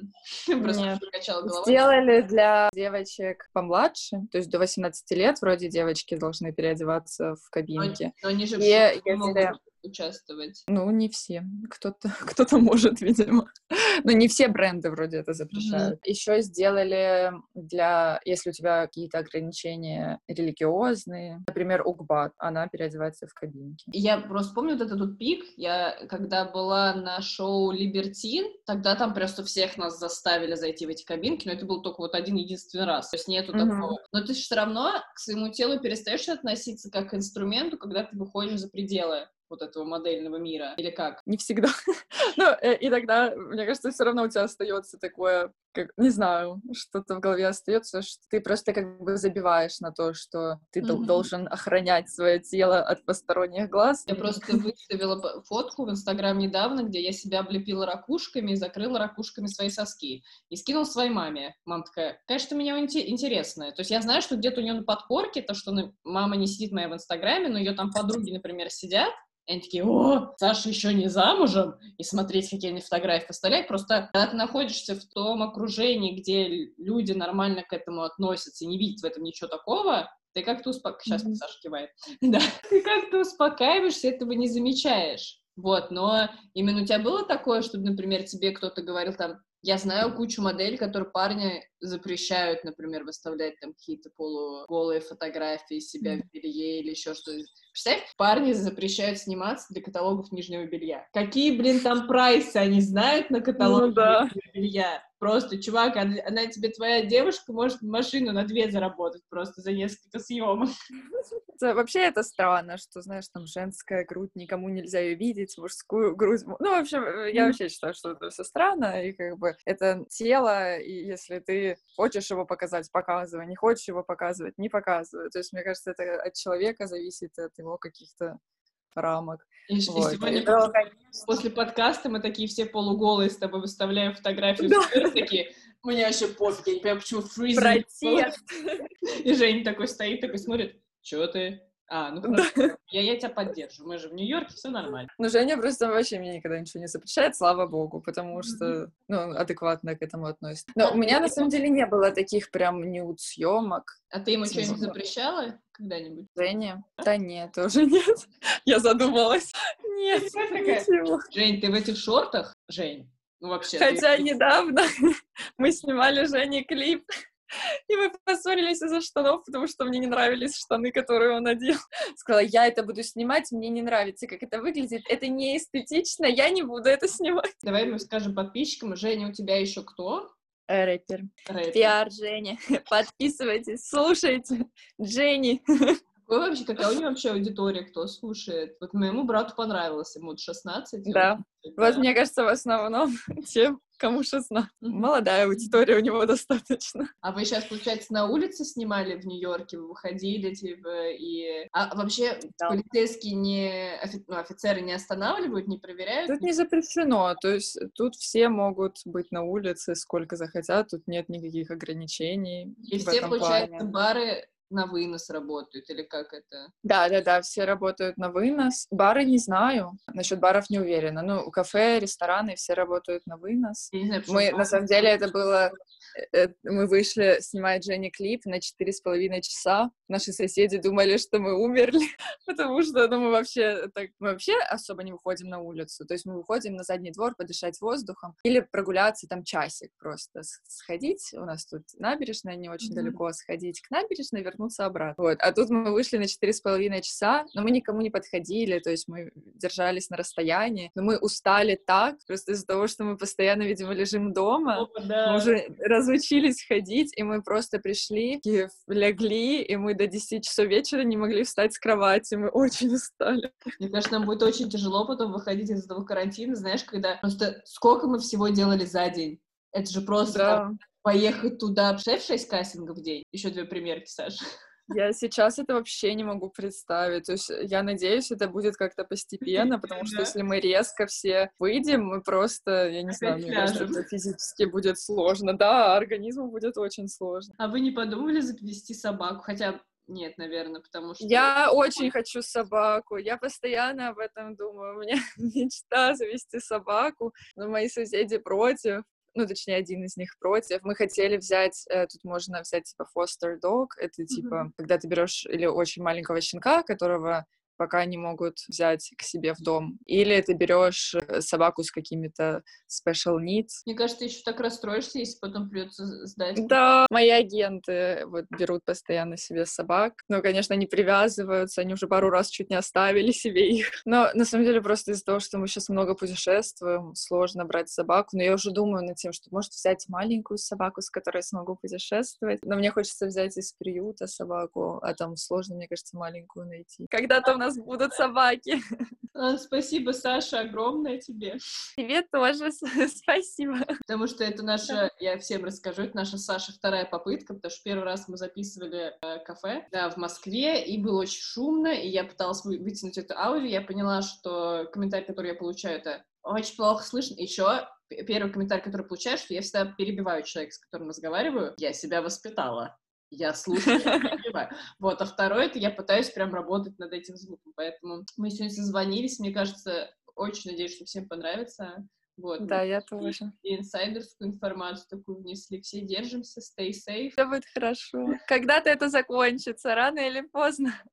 Просто Нет. покачала головой. Сделали для девочек помладше, то есть до 18 лет вроде девочки должны переодеваться в кабинке. Но они же И все если... могут участвовать. Ну, не все. Кто-то может, видимо. Но не все бренды вроде это запрещают. Еще сделали для, если у тебя какие-то ограничения религиозные, например, Угбат, она переодевается в кабинке. Я просто помню вот этот вот пик, я когда была на шоу «Либертин», тогда там просто всех нас заставили зайти в эти кабинки, но это был только вот один единственный раз, то есть нету такого. Но ты все равно к своему телу перестаешь относиться как к инструменту, когда ты выходишь за пределы вот этого модельного мира, или как? Не всегда. Ну, и тогда, мне кажется, все равно у тебя остается такое, как, не знаю, что-то в голове остается, что ты просто как бы забиваешь на то, что ты должен охранять свое тело от посторонних глаз. Я просто выставила фотку в Инстаграм недавно, где я себя облепила ракушками и закрыла ракушками свои соски. И скинула своей маме. Мама такая: конечно, меня интересное. То есть я знаю, что где-то у нее на подкорке, то, что мама не сидит моя в Инстаграме, но ее там подруги, например, сидят, и они такие: о, Саша еще не замужем, и смотреть, какие они фотографии поставляют. Просто когда ты находишься в том окружении, где люди нормально к этому относятся и не видят в этом ничего такого, ты как-то Сейчас Саша кивает. Да. Ты как-то успокаиваешься, этого не замечаешь. Вот, но именно у тебя было такое, чтобы, например, тебе кто-то говорил там: я знаю кучу моделей, которые парни запрещают, например, выставлять там какие-то полуголые фотографии себя в белье или еще что-то. Представь, парни запрещают сниматься для каталогов нижнего белья. Какие, блин, там прайсы они знают на каталоге нижнего белья? Просто, чувак, она тебе, твоя девушка, может машину на 2 заработать просто за несколько съемок. Вообще это странно, что, знаешь, там женская грудь, никому нельзя ее видеть, мужскую грудь... Ну, в общем, я вообще считаю, что это все странно, и как бы это тело, и если ты хочешь его показать, показывай, не хочешь его показывать, не показывай. То есть, мне кажется, это от человека зависит, от его каких-то рамок. И сегодня после подкаста мы такие все полуголые с тобой выставляем фотографию в сторис, такие: мне вообще пофиг, я не понимаю, почему фризинг. И Женя такой стоит, такой смотрит: чё ты? Ну хорошо, я тебя поддержу, мы же в Нью-Йорке, все нормально. Ну, Женя просто вообще мне никогда ничего не запрещает, слава богу, потому что, адекватно к этому относится. Но у меня, на самом деле, не было таких прям нюд-съемок. А ты ему что-нибудь запрещала когда-нибудь? Женя? Да нет, тоже нет. Я задумалась. Нет, ничего. Жень, ты в этих шортах? Жень, ну вообще... Хотя недавно мы снимали Жене клип, и мы поссорились из-за штанов, потому что мне не нравились штаны, которые он одел. Сказала: я это буду снимать, мне не нравится, как это выглядит, это не эстетично, я не буду это снимать. Давай мы скажем подписчикам: Женя, у тебя еще кто? Рэпер. Рэпер. Пиар Женя. Подписывайтесь, слушайте. Дженни. Какая у него вообще аудитория, кто слушает? Вот моему брату понравилось, ему 16. Да. Вот, мне кажется, в основном тем, кому 16. Молодая аудитория у него достаточно. А вы сейчас, получается, на улице снимали в Нью-Йорке? Вы выходили, типа, и... А вообще полицейские офицеры не останавливают, не проверяют? Тут не запрещено, то есть тут все могут быть на улице сколько захотят, тут нет никаких ограничений. И в все, этом получается, плане. бары на вынос работают, или как это? Да, все работают на вынос. Бары не знаю, насчет баров не уверена. Ну, кафе, рестораны, все работают на вынос. Я не знаю, На самом деле, это было... Мы вышли снимать Жене клип на 4,5 часа. Наши соседи думали, что мы умерли, потому что мы вообще особо не выходим на улицу. То есть мы выходим на задний двор подышать воздухом или прогуляться там часик просто. Сходить, у нас тут набережная не очень далеко, сходить к набережной, вернуться обратно. Вот. А тут мы вышли на 4,5 часа, но мы никому не подходили, то есть мы держались на расстоянии, но мы устали так, просто из-за того, что мы постоянно, видимо, лежим дома. Мы уже разучились ходить, и мы просто пришли, легли, и мы до 10 часов вечера не могли встать с кровати, мы очень устали. Мне кажется, нам будет очень тяжело потом выходить из этого карантина, знаешь, когда просто сколько мы всего делали за день. Это же просто там, поехать туда, 6 кастингов в день. Еще 2 примерки, Саша. Я сейчас это вообще не могу представить. То есть я надеюсь, это будет как-то постепенно, потому что если мы резко все выйдем, мы просто, я не знаю, мне кажется, это физически будет сложно. Да, организму будет очень сложно. А вы не подумали завести собаку? Хотя нет, наверное, потому что... Я очень хочу собаку, я постоянно об этом думаю. У меня мечта завести собаку, но мои соседи против. Ну, точнее, один из них против. Мы хотели взять, тут можно взять, типа, foster dog, это, типа, когда ты берешь или очень маленького щенка, которого пока не могут взять к себе в дом, или ты берешь собаку с какими-то special needs. Мне кажется, ты еще так расстроишься, если потом придется сдать. Да, мои агенты вот берут постоянно себе собак, но, конечно, они привязываются, они уже пару раз чуть не оставили себе их. Но, на самом деле, просто из-за того, что мы сейчас много путешествуем, сложно брать собаку, но я уже думаю над тем, что, может, взять маленькую собаку, с которой я смогу путешествовать, но мне хочется взять из приюта собаку, а там сложно, мне кажется, маленькую найти. Когда-то у нас будут собаки. Спасибо, Саша, огромное тебе. Тебе тоже спасибо. Потому что это наша, я всем расскажу, это наша Саша вторая попытка, потому что первый раз мы записывали кафе, да, в Москве, и было очень шумно, и я пыталась вытянуть это аудио, я поняла, что комментарий, который я получаю, это очень плохо слышно. Еще первый комментарий, который получаю, что я всегда перебиваю человека, с которым разговариваю, я себя воспитала. Я слушаю, я перебиваю. Вот, а второй, это я пытаюсь прям работать над этим звуком, поэтому мы сегодня созвонились, мне кажется, очень надеюсь, что всем понравится. Вот, да, я тоже. И инсайдерскую информацию такую внесли. Все держимся, stay safe. Все будет хорошо. Когда-то это закончится, рано или поздно.